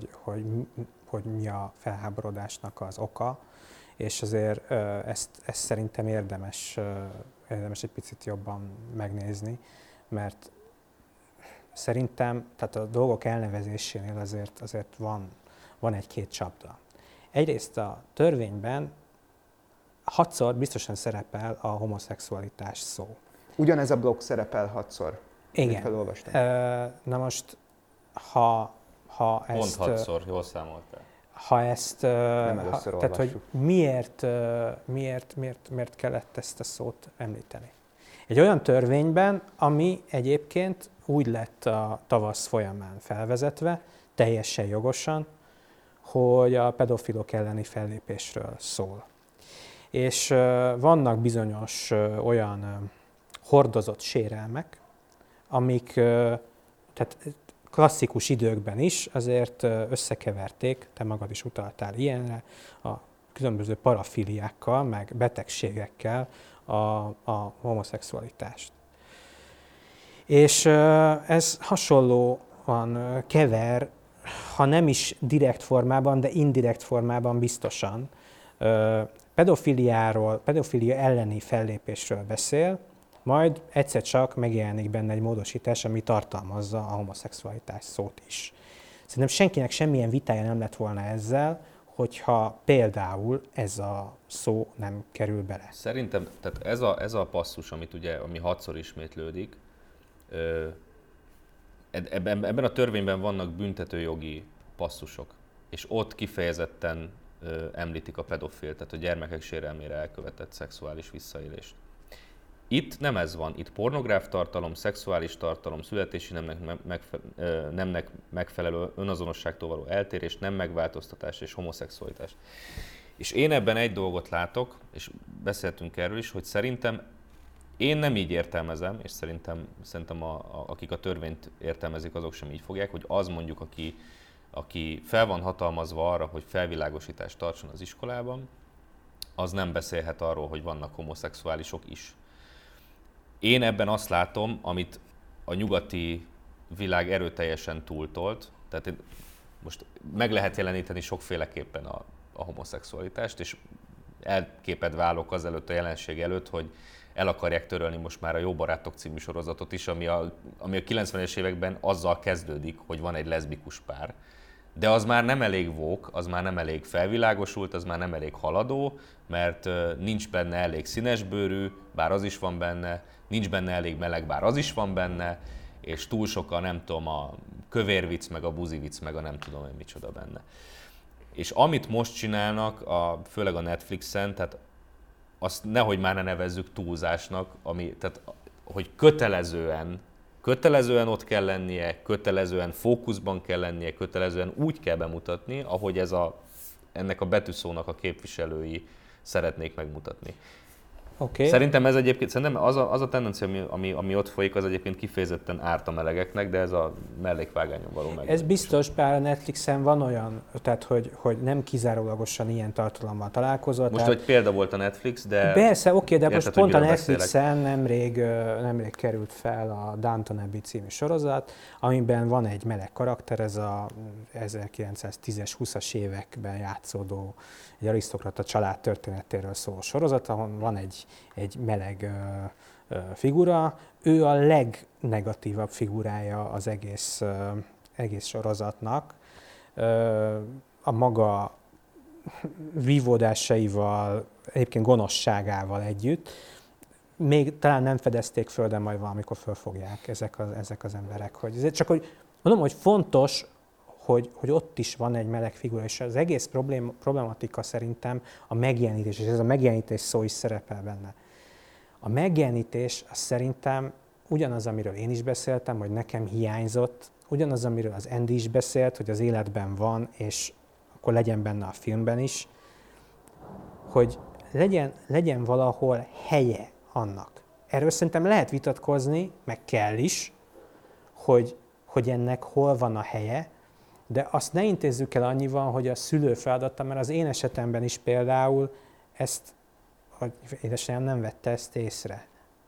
hogy mi a felháborodásnak az oka, és azért ezt szerintem érdemes egy picit jobban megnézni, mert szerintem tehát a dolgok elnevezésénél azért van egy-két csapda. Egyrészt a törvényben 6-szor biztosan szerepel a homoszexualitás szó. Ugyanez a blokk szerepel 6-szor. Igen. Felolvastam. Na most, ha ezt... Pont 6-szor, jól számoltál. Ha ezt... tehát, hogy miért kellett ezt a szót említeni? Egy olyan törvényben, ami egyébként úgy lett a tavasz folyamán felvezetve, teljesen jogosan, hogy a pedofilok elleni fellépésről szól. És vannak bizonyos olyan hordozott sérelmek, amik tehát klasszikus időkben is azért összekeverték, te magad is utaltál ilyenre, a különböző parafiliákkal, meg betegségekkel a homoszexualitást. És ez hasonlóan kever, ha nem is direkt formában, de indirekt formában biztosan. Pedofilia elleni fellépésről beszél, majd egyszer csak megjelenik benne egy módosítás, ami tartalmazza a homoszexualitás szót is. Szerintem senkinek semmilyen vitája nem lett volna ezzel, hogyha például ez a szó nem kerül bele. Szerintem tehát ez a passzus, ami 6-szor ismétlődik, ebben a törvényben vannak büntetőjogi passzusok, és ott kifejezetten említik a pedofilt, tehát a gyermekek sérelmére elkövetett szexuális visszaélést. Itt nem ez van, itt pornográf tartalom, szexuális tartalom, születési nemnek megfelelő önazonosságtól való eltérés, nem megváltoztatás és homoszexualitás. És én ebben egy dolgot látok, és beszéltünk erről is, hogy szerintem én nem így értelmezem, és szerintem akik a törvényt értelmezik, azok sem így fogják, hogy az mondjuk, aki fel van hatalmazva arra, hogy felvilágosítást tartson az iskolában, az nem beszélhet arról, hogy vannak homoszexuálisok is. Én ebben azt látom, amit a nyugati világ erőteljesen túltolt, tehát most meg lehet jeleníteni sokféleképpen a homoszexualitást, és elképedve állok azelőtt a jelenség előtt, hogy el akarják törölni most már a Jó Barátok című sorozatot is, ami a 90-es években azzal kezdődik, hogy van egy leszbikus pár. De az már nem elég woke, az már nem elég felvilágosult, az már nem elég haladó, mert nincs benne elég színesbőrű, bár az is van benne, nincs benne elég meleg, bár az is van benne, és túl sok a, nem tudom, a kövérvic, meg a buzivic, meg a nem tudom én micsoda benne. És amit most csinálnak, főleg a Netflixen, tehát azt nehogy már ne nevezzük túlzásnak, tehát, hogy kötelezően ott kell lennie, kötelezően fókuszban kell lennie, kötelezően úgy kell bemutatni, ahogy ennek a betűszónak a képviselői szeretnék megmutatni. Okay. Szerintem ez egyébként, az a tendencia, ami ott folyik, az egyébként kifejezetten árt a melegeknek, de ez a mellékvágányon való meg. Ez biztos, bár a Netflixen van olyan, tehát hogy nem kizárólagosan ilyen tartalommal találkozott. Most egy példa volt a Netflix, de... Persze, oké, de érted, most pont a Netflixen beszélek. nemrég került fel a Downton Abbey című sorozat, amiben van egy meleg karakter, ez a 1910-es, 20-as években játszódó egy arisztokrata család történetéről szóló sorozat, ahol van egy meleg figura. Ő a legnegatívabb figurája az egész sorozatnak. A maga vívódásaival, egyébként gonoszságával együtt. Még talán nem fedezték föl, de majd valamikor fölfogják ezek az emberek. Csak hogy mondom, hogy fontos, hogy ott is van egy meleg figura, és az egész problematika szerintem a megjelenítés, és ez a megjelenítés szó is szerepel benne. A megjelenítés az szerintem ugyanaz, amiről én is beszéltem, hogy nekem hiányzott, ugyanaz, amiről az Andy is beszélt, hogy az életben van, és akkor legyen benne a filmben is, hogy legyen valahol helye annak. Erről szerintem lehet vitatkozni, meg kell is, hogy ennek hol van a helye, de azt ne intézzük el annyival, hogy a szülő feladata, mert az én esetemben is például ezt, hogy édesanyám nem vette ezt észre.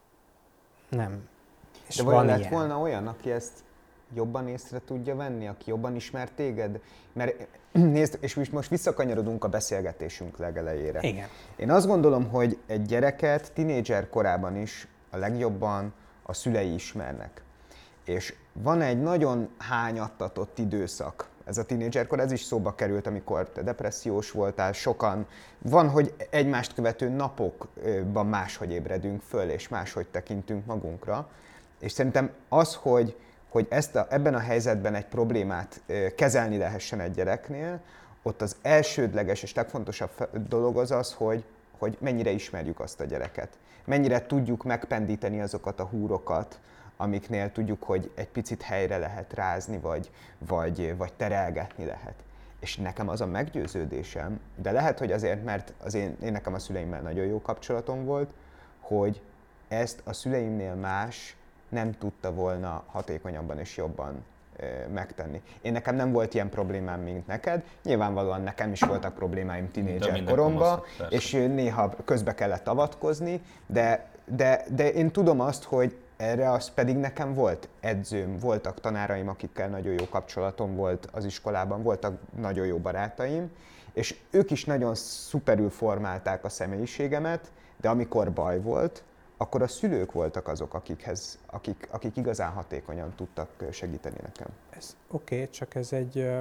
Nem. És de vajon lett ilyen. volna olyan, aki ezt jobban észre tudja venni, aki jobban ismer téged? Mert nézd, és most visszakanyarodunk a beszélgetésünk legelejére. Igen. Én azt gondolom, hogy egy gyereket tinédzser korában is a legjobban a szülei ismernek. És van egy nagyon hányattatott időszak, ez a tinédzserkor, ez is szóba került, amikor te depressziós voltál, sokan. Van, hogy egymást követő napokban máshogy ébredünk föl, és máshogy tekintünk magunkra. És szerintem az, hogy ebben a helyzetben egy problémát kezelni lehessen egy gyereknél, ott az elsődleges és legfontosabb dolog az, hogy mennyire ismerjük azt a gyereket. Mennyire tudjuk megpendíteni azokat a húrokat, amiknél tudjuk, hogy egy picit helyre lehet rázni, vagy terelgetni lehet. És nekem az a meggyőződésem, de lehet, hogy azért, mert én nekem a szüleimmel nagyon jó kapcsolatom volt, hogy ezt a szüleimnél más nem tudta volna hatékonyabban és jobban megtenni. Nekem nem volt ilyen problémám, mint neked. Nyilvánvalóan nekem is voltak problémáim tinédzser koromban, és néha közbe kellett avatkozni, de én tudom azt, hogy erre az pedig nekem volt edzőm, voltak tanáraim, akikkel nagyon jó kapcsolatom volt az iskolában, voltak nagyon jó barátaim, és ők is nagyon szuperül formálták a személyiségemet, de amikor baj volt, akkor a szülők voltak azok, akik igazán hatékonyan tudtak segíteni nekem. Oké, csak ez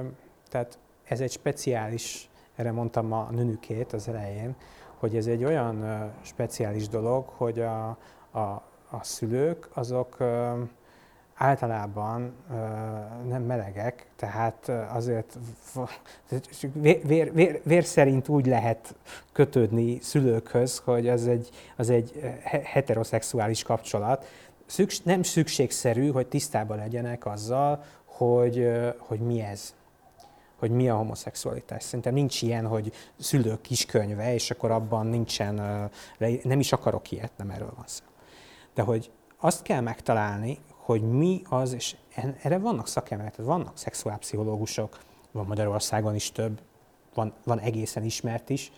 egy speciális, erre mondtam a nünükét az elején, hogy ez egy olyan speciális dolog, hogy a szülők azok általában nem melegek, tehát azért vér szerint úgy lehet kötődni szülőkhöz, hogy az egy heteroszexuális kapcsolat. Nem szükségszerű, hogy tisztában legyenek azzal, hogy mi ez. hogy mi a homoszexualitás. Szerintem nincs ilyen, hogy szülők kiskönyve, és akkor abban nincsen, nem is akarok ilyet, nem erről van szó. De hogy azt kell megtalálni, hogy mi az, és erre vannak szakemberek, vannak szexuálpszichológusok, van Magyarországon is több, van egészen ismert is,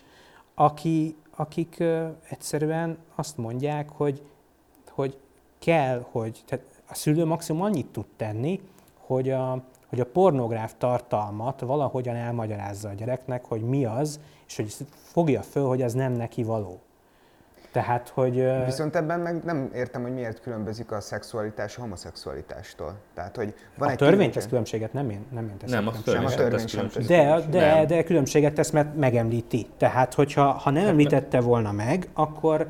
akik egyszerűen azt mondják, hogy kell, tehát a szülő maximum annyit tud tenni, hogy a pornográf tartalmat valahogyan elmagyarázza a gyereknek, hogy mi az, és hogy fogja föl, hogy az nem neki való. Tehát, hogy... Viszont ebben meg nem értem, hogy miért különbözik a szexualitás a homoszexualitástól. Tehát, hogy van a törvény tesz különbséget, nem én teszem. Nem, a törvény sem tesz de különbséget tesz, mert megemlíti. Tehát, ha nem említette volna meg, akkor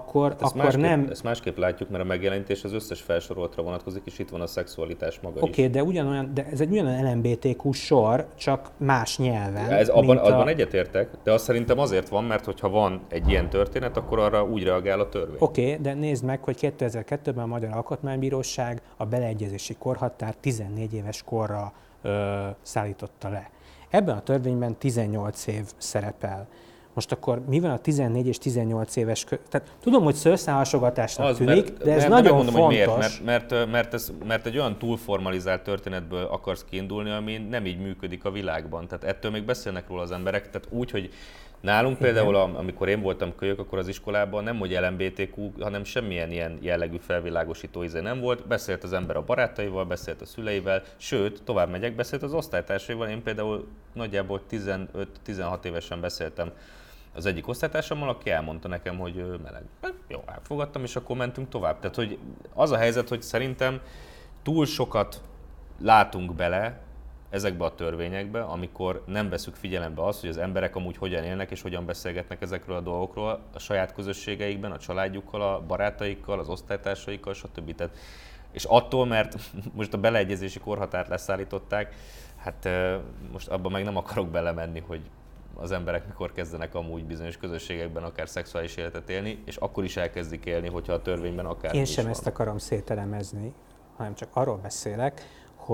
nem... Ezt másképp látjuk, mert a megjelenítés az összes felsoroltra vonatkozik, és itt van a szexualitás maga is. Oké, de ez egy ugyanolyan LMBTQ sor, csak más nyelven. Abban egyetértek, de azt szerintem azért van, mert hogyha van egy ilyen történet, akkor arra úgy reagál a törvény. Oké, de nézd meg, hogy 2002-ben a Magyar Alkotmánybíróság a beleegyezési korhatár 14 éves korra szállította le. Ebben a törvényben 18 év szerepel. Most akkor mi van a 14 és 18 éves tehát tudom, hogy szőrszálhasogatásnak tűnik, de ez nagyon fontos. Mert egy olyan túlformalizált történetből akarsz kiindulni, ami nem így működik a világban. Tehát ettől még beszélnek róla az emberek. Tehát úgy, hogy nálunk például, amikor én voltam kölyök, akkor az iskolában nem hogy LMBTQ, hanem semmilyen ilyen jellegű felvilágosító íze nem volt. Beszélt az ember a barátaival, beszélt a szüleivel, sőt, tovább megyek, beszélt az osztálytársaival. Én például nagyjából 15-16 évesen beszéltem az egyik osztálytársammal, aki elmondta nekem, hogy meleg. Jó, elfogadtam, és akkor mentünk tovább. Tehát, hogy az a helyzet, hogy szerintem túl sokat látunk bele ezekbe a törvényekbe, amikor nem veszük figyelembe azt, hogy az emberek amúgy hogyan élnek és hogyan beszélgetnek ezekről a dolgokról a saját közösségeikben, a családjukkal, a barátaikkal, az osztálytársaikkal, stb. Tehát, és attól, mert most a beleegyezési korhatárt leszállították, hát most abban meg nem akarok belemenni, hogy az emberek mikor kezdenek amúgy bizonyos közösségekben akár szexuális életet élni, és akkor is elkezdik élni, hogyha a törvényben akár. Én sem ezt akarom szételemezni, hanem csak arról beszélek,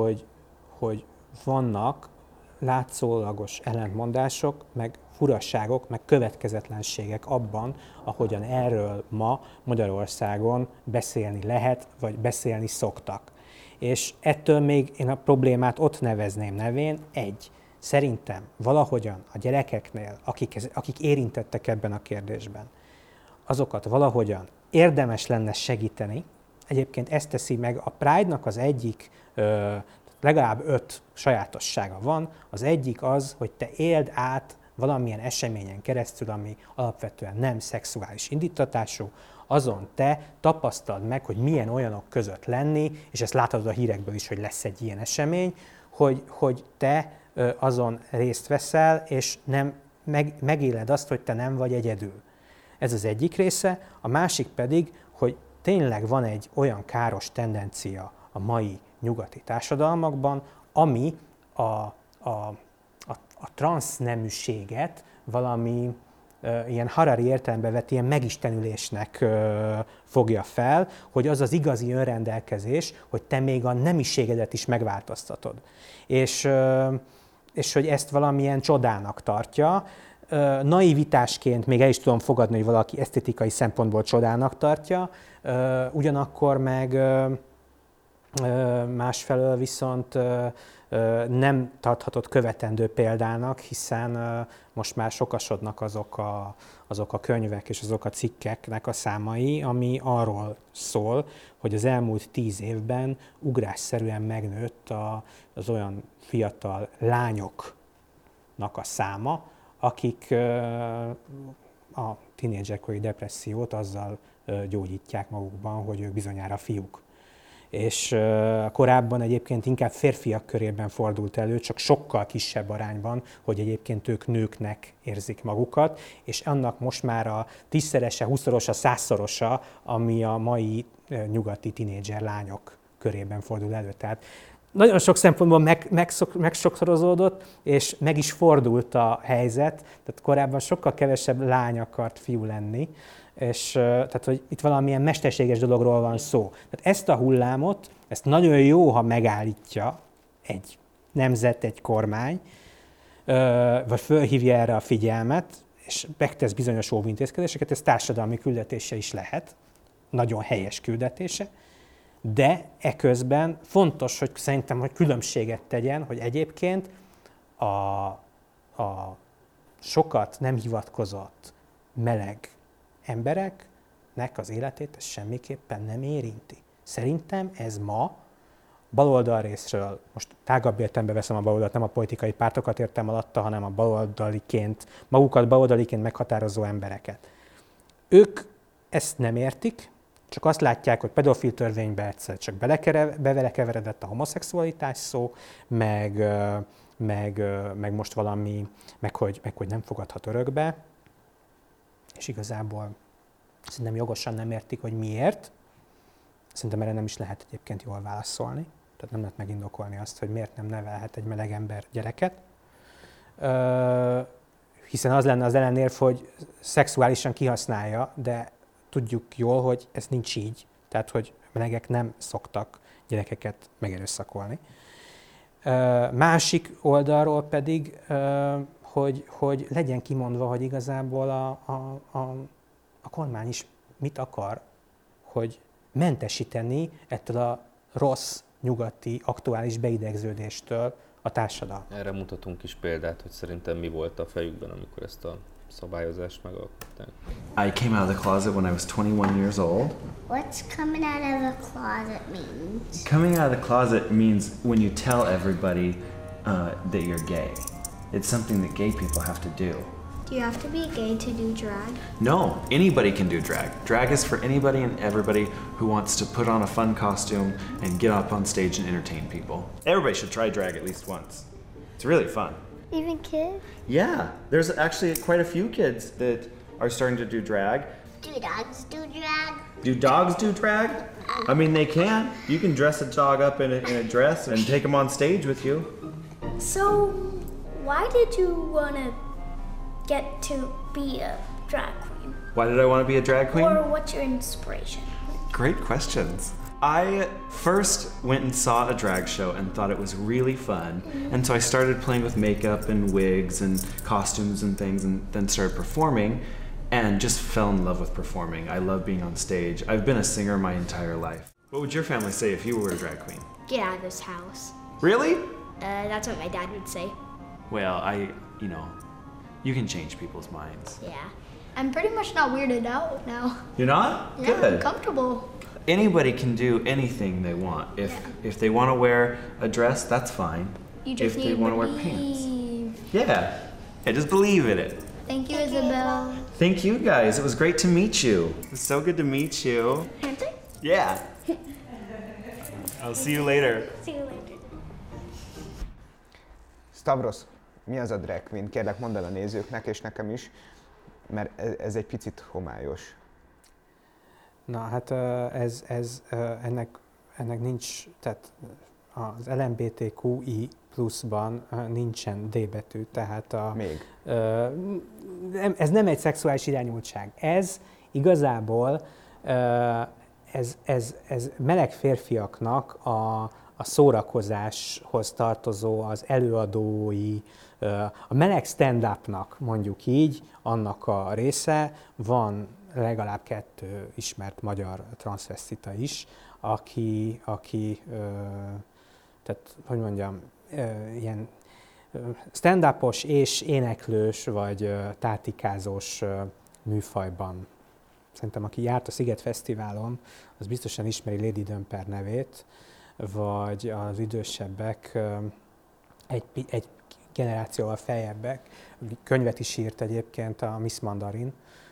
hogy vannak látszólagos ellentmondások, meg furasságok, meg következetlenségek abban, ahogyan erről ma Magyarországon beszélni lehet, vagy beszélni szoktak. És ettől még én a problémát ott nevezném nevén. Szerintem valahogyan a gyerekeknél, akik érintettek ebben a kérdésben, azokat valahogyan érdemes lenne segíteni. Egyébként ezt teszi meg a Pride-nak az egyik, legalább 5 sajátossága van. Az egyik az, hogy te éld át valamilyen eseményen keresztül, ami alapvetően nem szexuális indítatású, azon te tapasztald meg, hogy milyen olyanok között lenni, és ezt láthatod a hírekből is, hogy lesz egy ilyen esemény, hogy te azon részt veszel, és megéled azt, hogy te nem vagy egyedül. Ez az egyik része. A másik pedig, hogy tényleg van egy olyan káros tendencia a mai nyugati társadalmakban, ami a transzneműséget valami ilyen Harari értelembe vett ilyen megistenülésnek fogja fel, hogy az az igazi önrendelkezés, hogy te még a nemiségedet is megváltoztatod. És hogy ezt valamilyen csodának tartja. Naivitásként még el is tudom fogadni, hogy valaki esztétikai szempontból csodának tartja, ugyanakkor meg másfelől viszont nem tarthatod követendő példának, hiszen most már sokasodnak azok a könyvek és azok a cikkeknek a számai, ami arról szól, hogy az elmúlt 10 évben ugrásszerűen megnőtt az olyan fiatal lányoknak a száma, akik a tínédzserkori depressziót azzal gyógyítják magukban, hogy ők bizonyára fiúk. És korábban egyébként inkább férfiak körében fordult elő, csak sokkal kisebb arányban, hogy egyébként ők nőknek érzik magukat, és annak most már a 10-szerese, 20-szorosa, 100-szorosa, ami a mai nyugati tinédzser lányok körében fordul elő. Tehát nagyon sok szempontból megsokszorozódott, és meg is fordult a helyzet, tehát korábban sokkal kevesebb lány akart fiú lenni, és tehát, hogy itt valamilyen mesterséges dologról van szó. Tehát ezt a hullámot, ezt nagyon jó, ha megállítja egy nemzet, egy kormány, vagy fölhívja erre a figyelmet, és megtesz bizonyos óvintézkedéseket, ez társadalmi küldetése is lehet, nagyon helyes küldetése, de eközben fontos, hogy szerintem, hogy különbséget tegyen, hogy egyébként a sokat nem hivatkozott meleg embereknek az életét ez semmiképpen nem érinti. Szerintem ez ma baloldal részről, most tágabb értelemben veszem a baloldalt, nem a politikai pártokat értem alatta, hanem a magukat baloldaliként meghatározó embereket. Ők ezt nem értik, csak azt látják, hogy pedofil törvénybe egyszer csak belekeveredett a homoszexualitás szó, meg most valami, meg hogy nem fogadhat örökbe, és igazából szerintem jogosan nem értik, hogy miért. Szerintem erre nem is lehet egyébként jól válaszolni. Tehát nem lehet megindokolni azt, hogy miért nem nevelhet egy meleg ember gyereket. Hiszen az lenne az ellenérv, hogy szexuálisan kihasználja, de tudjuk jól, hogy ez nincs így. Tehát, hogy melegek nem szoktak gyerekeket megerőszakolni. Másik oldalról pedig, hogy legyen kimondva, hogy igazából a kormány is mit akar, hogy mentesíteni ettől a rossz nyugati aktuális beidegződéstől a társadalom. Erre mutatunk is példát, hogy szerintem mi volt a fejükben, amikor ezt a szabályozást megalkották. I came out of the closet when I was 21 years old. What's coming out of the closet means? Coming out of the closet means when you tell everybody that you're gay. It's something that gay people have to do. Do you have to be gay to do drag? No, anybody can do drag. Drag is for anybody and everybody who wants to put on a fun costume and get up on stage and entertain people. Everybody should try drag at least once. It's really fun. Even kids? Yeah, there's actually quite a few kids that are starting to do drag. Do dogs do drag? Do dogs do drag? I mean, they can. You can dress a dog up in a dress and take them on stage with you. So, why did you want to get to be a drag queen? Why did I want to be a drag queen? Or what's your inspiration? Great questions. I first went and saw a drag show and thought it was really fun. And so I started playing with makeup and wigs and costumes and things and then started performing and just fell in love with performing. I love being on stage. I've been a singer my entire life. What would your family say if you were a drag queen? Get out of this house. Really? That's what my dad would say. Well, you can change people's minds. Yeah. I'm pretty much not weirded out now. You're not? Yeah, Good. I'm comfortable. Anybody can do anything they want. If they want to wear a dress, that's fine. You just if need they want to to wear pants. believe. Yeah. I just believe in it. Thank you, Isabel. Thank you guys. It was great to meet you. It was so good to meet you. Handshake? Yeah. I'll see you later. See you later. Stavros, mi az a drag queen? Kérlek, mondd el a nézőknek és nekem is, mert ez egy picit homályos. Na hát ennek nincs, tehát az LMBTQI pluszban nincsen D betű, tehát Még. Ez nem egy szexuális irányultság. Ez igazából ez meleg férfiaknak a szórakozáshoz tartozó, az előadói, a meleg stand-upnak mondjuk így, annak a része. Van legalább 2 ismert magyar transzvesztita is, aki tehát, hogy mondjam, ilyen stand-upos és éneklős vagy tátikázós műfajban. Szerintem, aki járt a Sziget Fesztiválon, az biztosan ismeri Lady Dömper nevét, vagy az idősebbek, egy generációval feljebbek, könyvet is írt egyébként, a Miss Mandarin.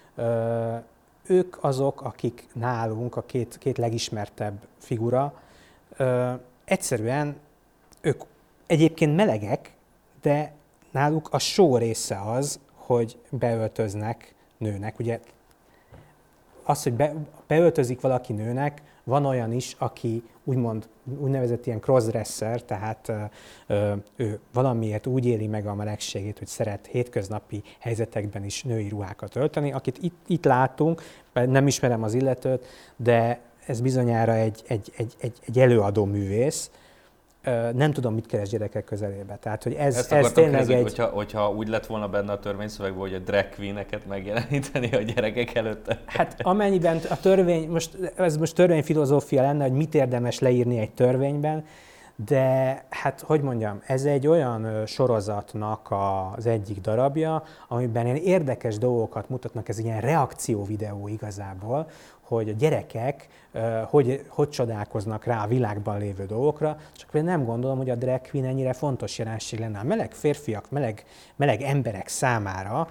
Ők azok, akik nálunk, a két legismertebb figura, egyszerűen ők egyébként melegek, de náluk a show része az, hogy beöltöznek nőnek. Ugye az, hogy beöltözik valaki nőnek, van olyan is, aki úgynevezett ilyen crossdresser, tehát ő valamiért úgy éli meg a melegségét, hogy szeret hétköznapi helyzetekben is női ruhákat ölteni, akit itt látunk, nem ismerem az illetőt, de ez bizonyára egy előadó művész. nem tudom, mit keres gyerekek közelébe. Tehát, hogy ez tényleg kérdezni, hogyha úgy lett volna benne a törvényszövegben, hogy a drag queeneket megjeleníteni a gyerekek előtte. Hát amennyiben a törvény, ez most törvényfilozófia lenne, hogy mit érdemes leírni egy törvényben, de hát, hogy mondjam, ez egy olyan sorozatnak az egyik darabja, amiben ilyen érdekes dolgokat mutatnak, ez ilyen reakcióvideó igazából, hogy a gyerekek hogy csodálkoznak rá a világban lévő dolgokra, csak például nem gondolom, hogy a drag queen ennyire fontos jelenség lenne. A meleg férfiak, meleg emberek számára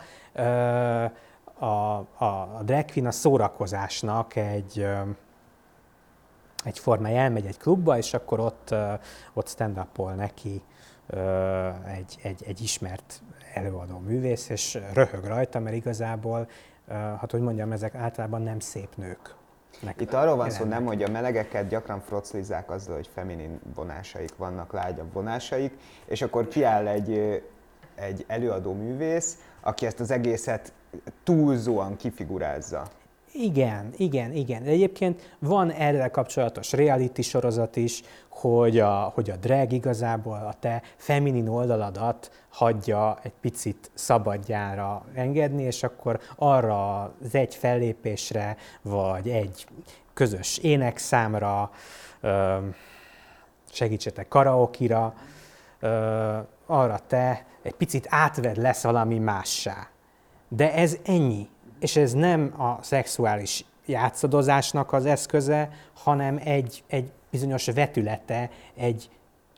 a drag queen a szórakozásnak egy formája, elmegy egy klubba, és akkor ott stand-up-ol neki egy ismert előadó művész, és röhög rajta, mert igazából, hát hogy mondjam, ezek általában nem szép nők. Itt arról van szó, nem, hogy a melegeket gyakran froclizzák azzal, hogy feminin vonásaik vannak, lágyabb vonásaik, és akkor kiáll egy előadó művész, aki ezt az egészet túlzóan kifigurázza. Igen. De egyébként van erre kapcsolatos reality sorozat is, hogy a drag igazából a te feminin oldaladat hagyja egy picit szabadjára engedni, és akkor arra az egy fellépésre, vagy egy közös énekszámra, segítsetek, karaokira, arra te egy picit átved lesz valami mássá. De ez ennyi. És ez nem a szexuális játszadozásnak az eszköze, hanem egy bizonyos vetülete, egy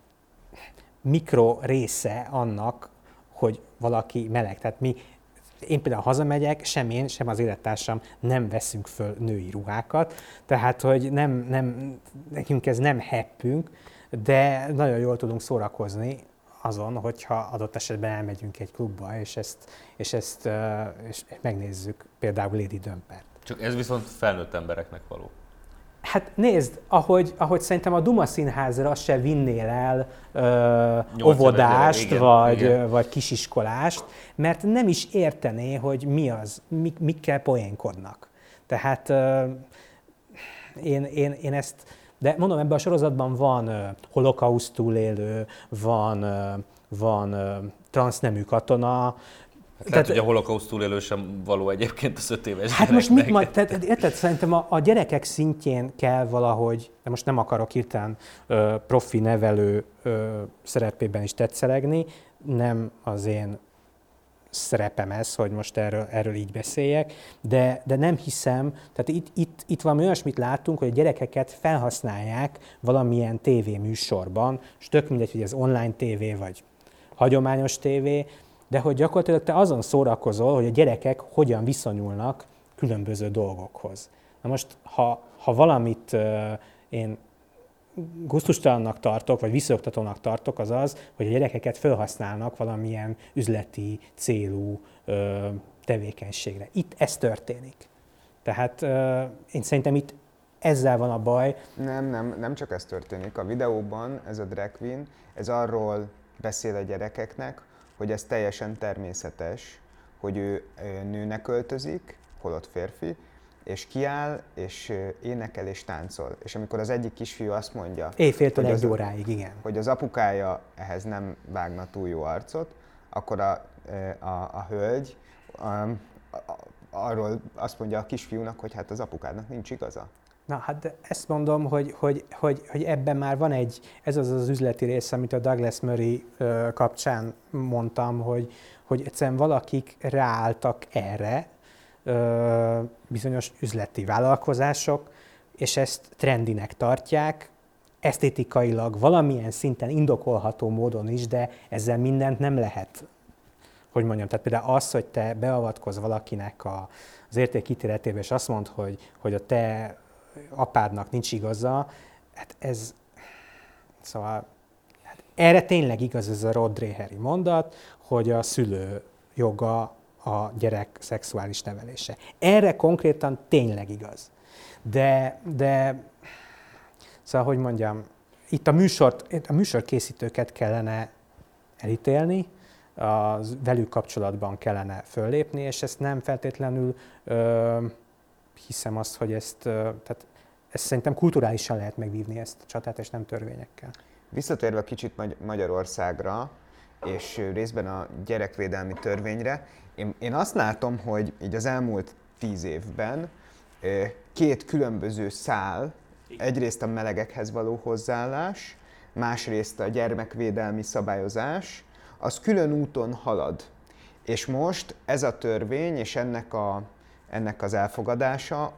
mikro része annak, hogy valaki meleg. Tehát én például hazamegyek, sem én, sem az élettársam nem veszünk föl női ruhákat, tehát hogy nekünk ez nem heppünk, de nagyon jól tudunk szórakozni azon, hogyha adott esetben elmegyünk egy klubba, és megnézzük például Lady Dömpert. Csak ez viszont felnőtt embereknek való. Hát nézd, ahogy szerintem a Duma Színházra se vinnél el óvodást, vagy kisiskolást, mert nem is értené, hogy mi az, mikkel poénkodnak. Tehát én ezt... De mondom, ebben a sorozatban van holokauszt túlélő, van transznemű katona. Tehát, hogy a holokauszt túlélő sem való egyébként az 5 éves hát gyereknek. most mit majd, érted, szerintem a gyerekek szintjén kell valahogy, de most nem akarok hirtelen profi nevelő szerepében is tetszelegni, nem az én szerepem ez, hogy most erről így beszéljek, de nem hiszem, tehát itt valami olyasmit látunk, hogy a gyerekeket felhasználják valamilyen tévéműsorban, és tök mindegy, hogy ez online tévé vagy hagyományos tévé, de hogy gyakorlatilag te azon szórakozol, hogy a gyerekek hogyan viszonyulnak különböző dolgokhoz. Na most, ha valamit én gusztustalannak tartok, vagy visszaoktatónak tartok, az az, hogy a gyerekeket felhasználnak valamilyen üzleti célú tevékenységre. Itt ez történik. Tehát én szerintem itt ezzel van a baj. Nem csak ez történik. A videóban ez a drag queen, ez arról beszél a gyerekeknek, hogy ez teljesen természetes, hogy ő nőnek öltözik, holott férfi, és kiáll, és énekel és táncol. És amikor az egyik kisfiú azt mondja, éjféltől 1 óráig, igen, hogy az apukája ehhez nem vágna túl jó arcot, akkor a hölgy arról azt mondja a kisfiúnak, hogy hát az apukádnak nincs igaza. Na hát ezt mondom, hogy ebben már van ez az üzleti rész, amit a Douglas Murray kapcsán mondtam, hogy egyszerűen valakik ráálltak erre, bizonyos üzleti vállalkozások, és ezt trendinek tartják, esztétikailag valamilyen szinten indokolható módon is, de ezzel mindent nem lehet, hogy mondjam. Tehát például az, hogy te beavatkozz valakinek az értékítéletébe, és azt mondd, hogy a te apádnak nincs igaza, hát ez, szóval hát erre tényleg igaz ez a Rod Dreheri mondat, hogy a szülő joga a gyerek szexuális nevelése. Erre konkrétan tényleg igaz. De szóval, hogy mondjam, itt a műsorkészítőket kellene elítélni, velük kapcsolatban kellene föllépni, és ezt nem feltétlenül hiszem azt, hogy ezt szerintem kulturálisan lehet megvívni ezt a csatát, és nem törvényekkel. Visszatérve kicsit Magyarországra, és részben a gyerekvédelmi törvényre, én azt látom, hogy így az elmúlt 10 évben két különböző szál, egyrészt a melegekhez való hozzáállás, másrészt a gyermekvédelmi szabályozás, az külön úton halad. És most ez a törvény és ennek az elfogadása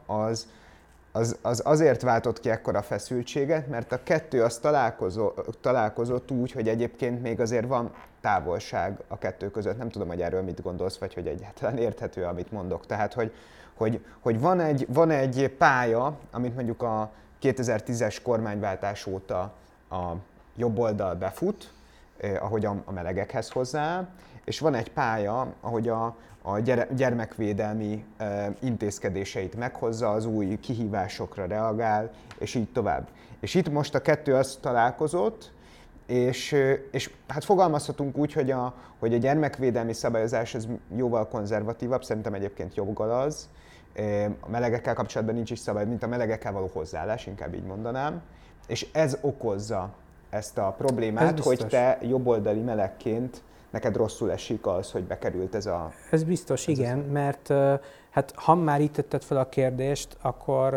az azért váltott ki ekkora feszültséget, mert a kettő az találkozott úgy, hogy egyébként még azért van távolság a kettő között. Nem tudom, hogy erről mit gondolsz, vagy hogy egyáltalán érthető, amit mondok. Tehát, hogy van egy pálya, amit mondjuk a 2010-es kormányváltás óta a jobb oldal befut, ahogy a melegekhez hozzááll, és van egy pálya, ahogy a gyermekvédelmi intézkedéseit meghozza, az új kihívásokra reagál, és így tovább. És itt most a kettő az találkozott, és hát fogalmazhatunk úgy, hogy a gyermekvédelmi szabályozás ez jóval konzervatívabb, szerintem egyébként joggal az. A melegekkel kapcsolatban nincs is szabály, mint a melegekkel való hozzáállás, inkább így mondanám. És ez okozza ezt a problémát, hogy te jobboldali melegként neked rosszul esik az, hogy bekerült ez a... Ez biztos, igen, mert hát ha már itt tetted fel a kérdést, akkor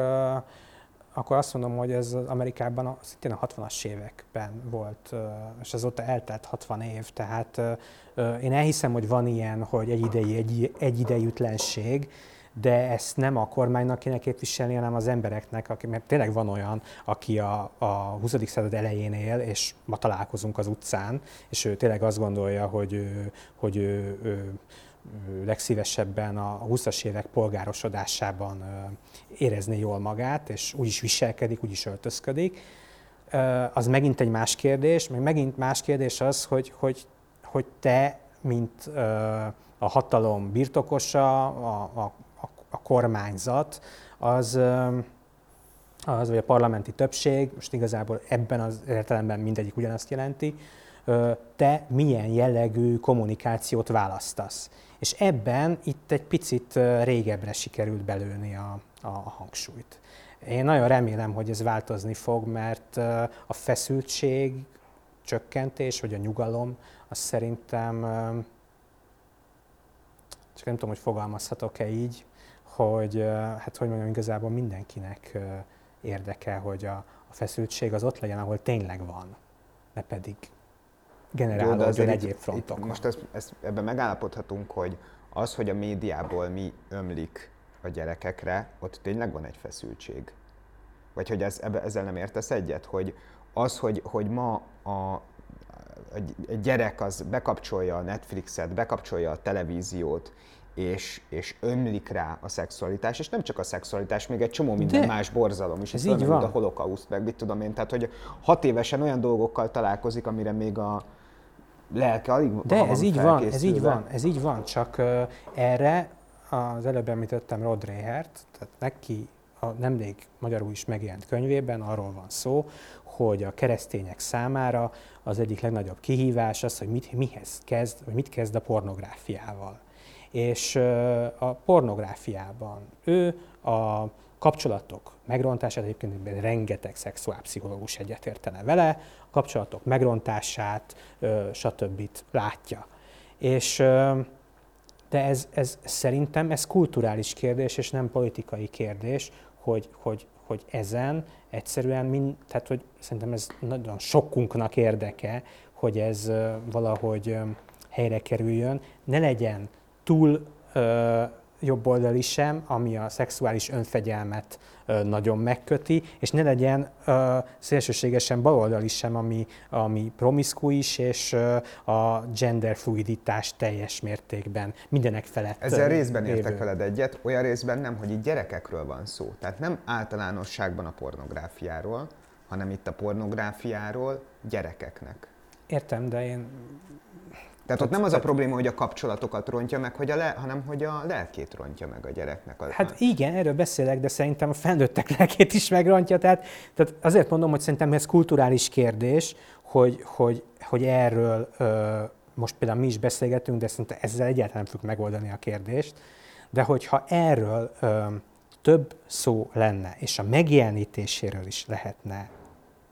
azt mondom, hogy ez Amerikában szintén a 60-as években volt, és azóta eltelt 60 év, tehát én elhiszem, hogy van ilyen, hogy egyidejűtlenség, de ezt nem a kormánynak kéne képviselni, hanem az embereknek, mert tényleg van olyan, aki a 20. század elején él, és ma találkozunk az utcán, és ő tényleg azt gondolja, hogy ő legszívesebben a 20-as évek polgárosodásában érezné jól magát, és úgy is viselkedik, úgy is öltözködik. Az megint egy más kérdés, meg megint más kérdés az, hogy te, mint a hatalom birtokosa, a kormányzat, az vagy a parlamenti többség, most igazából ebben az értelemben mindegyik ugyanazt jelenti, te milyen jellegű kommunikációt választasz. És ebben itt egy picit régebbre sikerült belőni a hangsúlyt. Én nagyon remélem, hogy ez változni fog, mert a feszültség, csökkentés, vagy a nyugalom, az szerintem, csak nem tudom, hogy fogalmazhatok-e így, hogy hát hogy mondjam, igazából mindenkinek érdeke, hogy a feszültség az ott legyen, ahol tényleg van, ne pedig generálódjon egyéb frontokon. Most ebben megállapodhatunk, hogy az, hogy a médiából mi ömlik a gyerekekre, ott tényleg van egy feszültség. Vagy hogy ezzel nem értesz egyet? Hogy az, hogy ma egy gyerek az bekapcsolja a Netflixet, bekapcsolja a televíziót, és ömlik rá a szexualitás, és nem csak a szexualitás, még egy csomó minden más borzalom is. Ez így van. A holokauszt, meg mit tudom én, tehát hogy 6 évesen olyan dolgokkal találkozik, amire még a lelke alig van felkészülve. Ez így van, csak erre az előbb említettem Rod Dreher-t, tehát neki nemrég magyarul is megjelent könyvében arról van szó, hogy a keresztények számára az egyik legnagyobb kihívás az, hogy mit kezd a pornográfiával. És a pornográfiában ő a kapcsolatok megrontását, egyébként rengeteg szexuálpszichológus egyetértene vele, a kapcsolatok megrontását, stb. Látja. De ez szerintem ez kulturális kérdés, és nem politikai kérdés, hogy ezen egyszerűen, tehát hogy szerintem ez nagyon sokunknak érdeke, hogy ez valahogy helyre kerüljön, ne legyen túl jobboldali sem, ami a szexuális önfegyelmet nagyon megköti, és ne legyen szélsőségesen baloldali sem, ami promiszkuis, és a genderfluiditás teljes mértékben mindenek felett. Ezzel részben értek veled egyet, olyan részben nem, hogy itt gyerekekről van szó. Tehát nem általánosságban a pornográfiáról, hanem itt a pornográfiáról gyerekeknek. Értem, de én... Tehát ott nem az a probléma, hogy a kapcsolatokat rontja meg, hanem hogy a lelkét rontja meg a gyereknek. Hát igen, erről beszélek, de szerintem a felnőttek lelkét is megrontja. Tehát azért mondom, hogy szerintem ez kulturális kérdés, hogy erről most például mi is beszélgetünk, de szerintem ezzel egyáltalán nem fogjuk megoldani a kérdést. De hogyha erről több szó lenne, és a megjelenítéséről is lehetne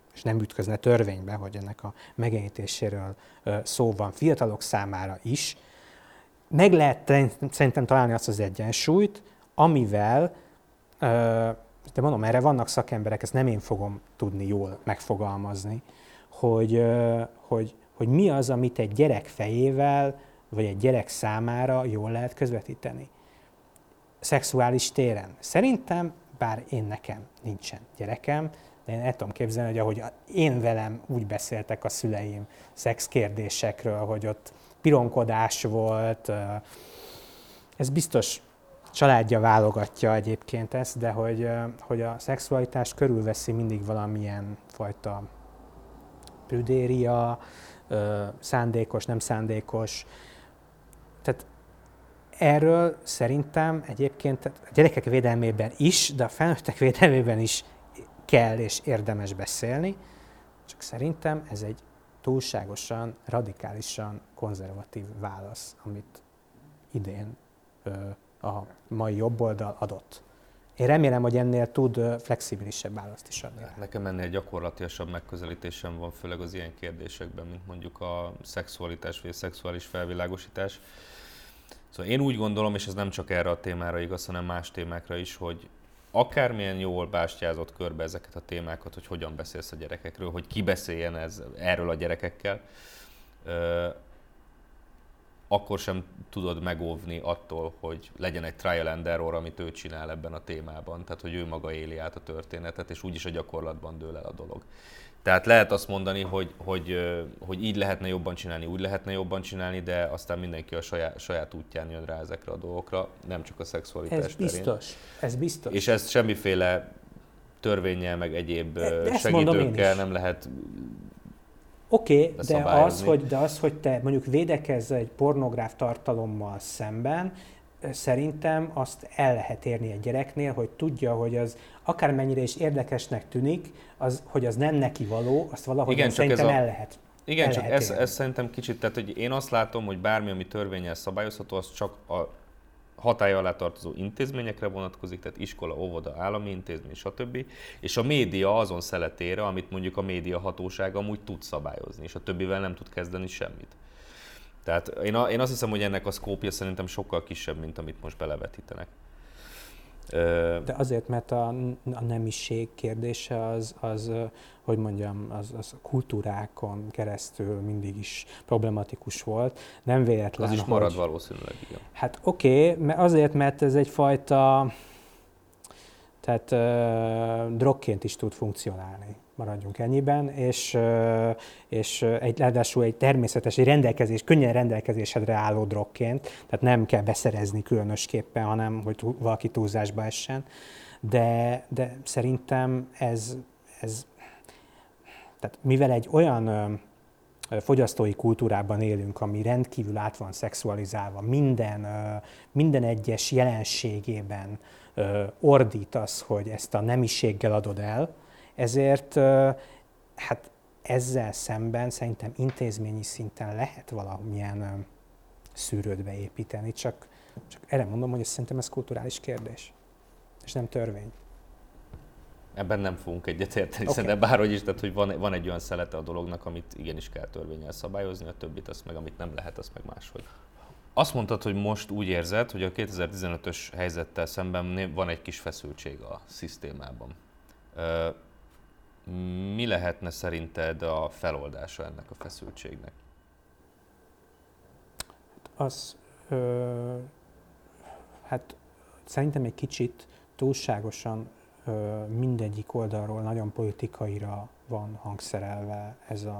és nem ütközne törvénybe, hogy ennek a megenyhítéséről szó van fiatalok számára is, meg lehet szerintem találni azt az egyensúlyt, amivel, de mondom, erre vannak szakemberek, ezt nem én fogom tudni jól megfogalmazni, hogy mi az, amit egy gyerek fejével, vagy egy gyerek számára jól lehet közvetíteni. Szexuális téren. Szerintem, bár nekem nincsen gyerekem, de én el tudom képzelni, hogy ahogy én velem úgy beszéltek a szüleim szexkérdésekről, hogy ott pironkodás volt, ez biztos családja válogatja egyébként ezt, de hogy a szexualitás körülveszi mindig valamilyen fajta prüdéria, szándékos, nem szándékos. Tehát erről szerintem egyébként a gyerekek védelmében is, de a felnőttek védelmében is kell és érdemes beszélni, csak szerintem ez egy túlságosan, radikálisan konzervatív válasz, amit idén a mai jobboldal adott. Én remélem, hogy ennél tud flexibilisebb választ is adni. Nekem ennél gyakorlatilasabb megközelítésem van, főleg az ilyen kérdésekben, mint mondjuk a szexualitás vagy a szexuális felvilágosítás. Szóval én úgy gondolom, és ez nem csak erre a témára igaz, hanem más témákra is, hogy akármilyen jól bástyázott körbe ezeket a témákat, hogy hogyan beszélsz a gyerekekről, hogy ki beszéljen erről a gyerekekkel, akkor sem tudod megóvni attól, hogy legyen egy trial and error, amit ő csinál ebben a témában. Tehát, hogy ő maga éli át a történetet, és úgyis a gyakorlatban dől el a dolog. Tehát lehet azt mondani, hogy így lehetne jobban csinálni, úgy lehetne jobban csinálni, de aztán mindenki a saját útján jön rá ezekre a dolgokra, nem csak a szexualitás terén. Ez biztos. És ezt semmiféle törvénnyel, meg egyéb segítőkkel nem lehet Oké, de az, hogy te mondjuk védekezz egy pornográf tartalommal szemben, szerintem azt el lehet érni egy gyereknél, hogy tudja, hogy az akármennyire is érdekesnek tűnik, hogy az nem neki való, azt valahogy szerintem el lehet. Igen, csak ez szerintem kicsit, tehát hogy én azt látom, hogy bármi, ami törvénnyel szabályozható, az csak a hatálya alá tartozó intézményekre vonatkozik, tehát iskola, óvoda, állami intézmény, stb. És a média azon szeletére, amit mondjuk a média hatóság amúgy tud szabályozni, és a többivel nem tud kezdeni semmit. Tehát én azt hiszem, hogy ennek a szkópja szerintem sokkal kisebb, mint amit most belevetítenek. De azért, mert a nemiség kérdése az hogy mondjam, az kultúrákon keresztül mindig is problematikus volt. Nem véletlen, az is marad valószínűleg, igen. Hát oké, azért, mert ez egyfajta, tehát drogként is tud funkcionálni. Maradjunk ennyiben, és ráadásul egy természetes, egy könnyen rendelkezésedre álló drogként, tehát nem kell beszerezni különösképpen, hanem hogy valaki túlzásba essen, de szerintem ez tehát mivel egy olyan fogyasztói kultúrában élünk, ami rendkívül át van szexualizálva, minden egyes jelenségében ordít az, hogy ezt a nemiséggel adod el, ezért hát ezzel szemben szerintem intézményi szinten lehet valamilyen szűrőt beépíteni, csak erre mondom, hogy szerintem ez kulturális kérdés, és nem törvény. Ebben nem fogunk egyetérteni, okay. De bárhogy is, tehát hogy van egy olyan szelete a dolognak, amit igenis kell törvénnyel szabályozni, a többit azt meg, amit nem lehet, azt meg máshogy. Azt mondtad, hogy most úgy érzed, hogy a 2015-ös helyzettel szemben van egy kis feszültség a szisztémában. Mi lehetne szerinted a feloldása ennek a feszültségnek? Hát szerintem egy kicsit túlságosan mindegyik oldalról nagyon politikaira van hangszerelve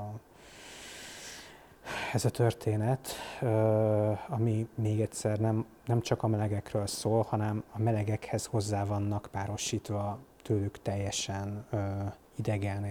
ez a történet, ami még egyszer nem csak a melegekről szól, hanem a melegekhez hozzá vannak párosítva tőlük teljesen idegen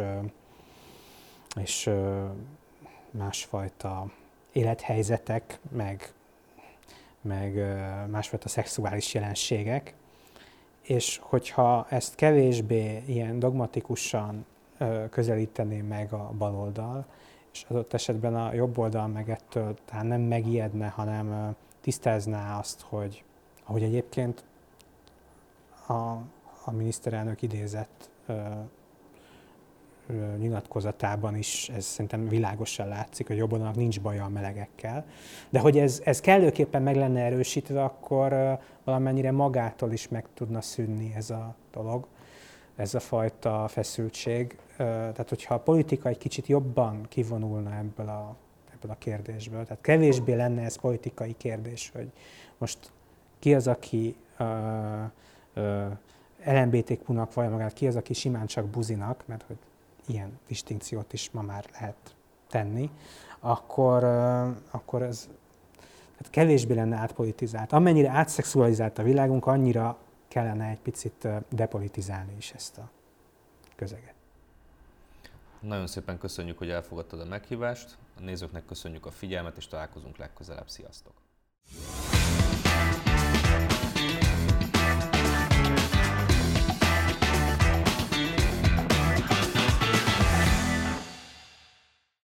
és másfajta élethelyzetek, meg másfajta szexuális jelenségek. És hogyha ezt kevésbé ilyen dogmatikusan közelítené meg a baloldal, és adott esetben a jobb oldal meg ettől talán nem megijedne, hanem tisztázná azt, hogy ahogy egyébként a miniszterelnök idézett nyilatkozatában is ez szerintem világosan látszik, hogy jobboldalnak nincs baja a melegekkel. De hogy ez kellőképpen meg lenne erősítve, akkor valamennyire magától is meg tudna szűnni ez a dolog, ez a fajta feszültség. Tehát, hogyha a politika egy kicsit jobban kivonulna ebből a kérdésből, tehát kevésbé lenne ez politikai kérdés, hogy most ki az, aki LMBTQ-nak vallja magát, ki az, aki simán csak buzinak, mert hogy ilyen distinkciót is ma már lehet tenni, akkor ez tehát kevésbé lenne átpolitizált. Amennyire átszexualizált a világunk, annyira kellene egy picit depolitizálni is ezt a közeget. Nagyon szépen köszönjük, hogy elfogadtad a meghívást, a nézőknek köszönjük a figyelmet, és találkozunk legközelebb. Sziasztok!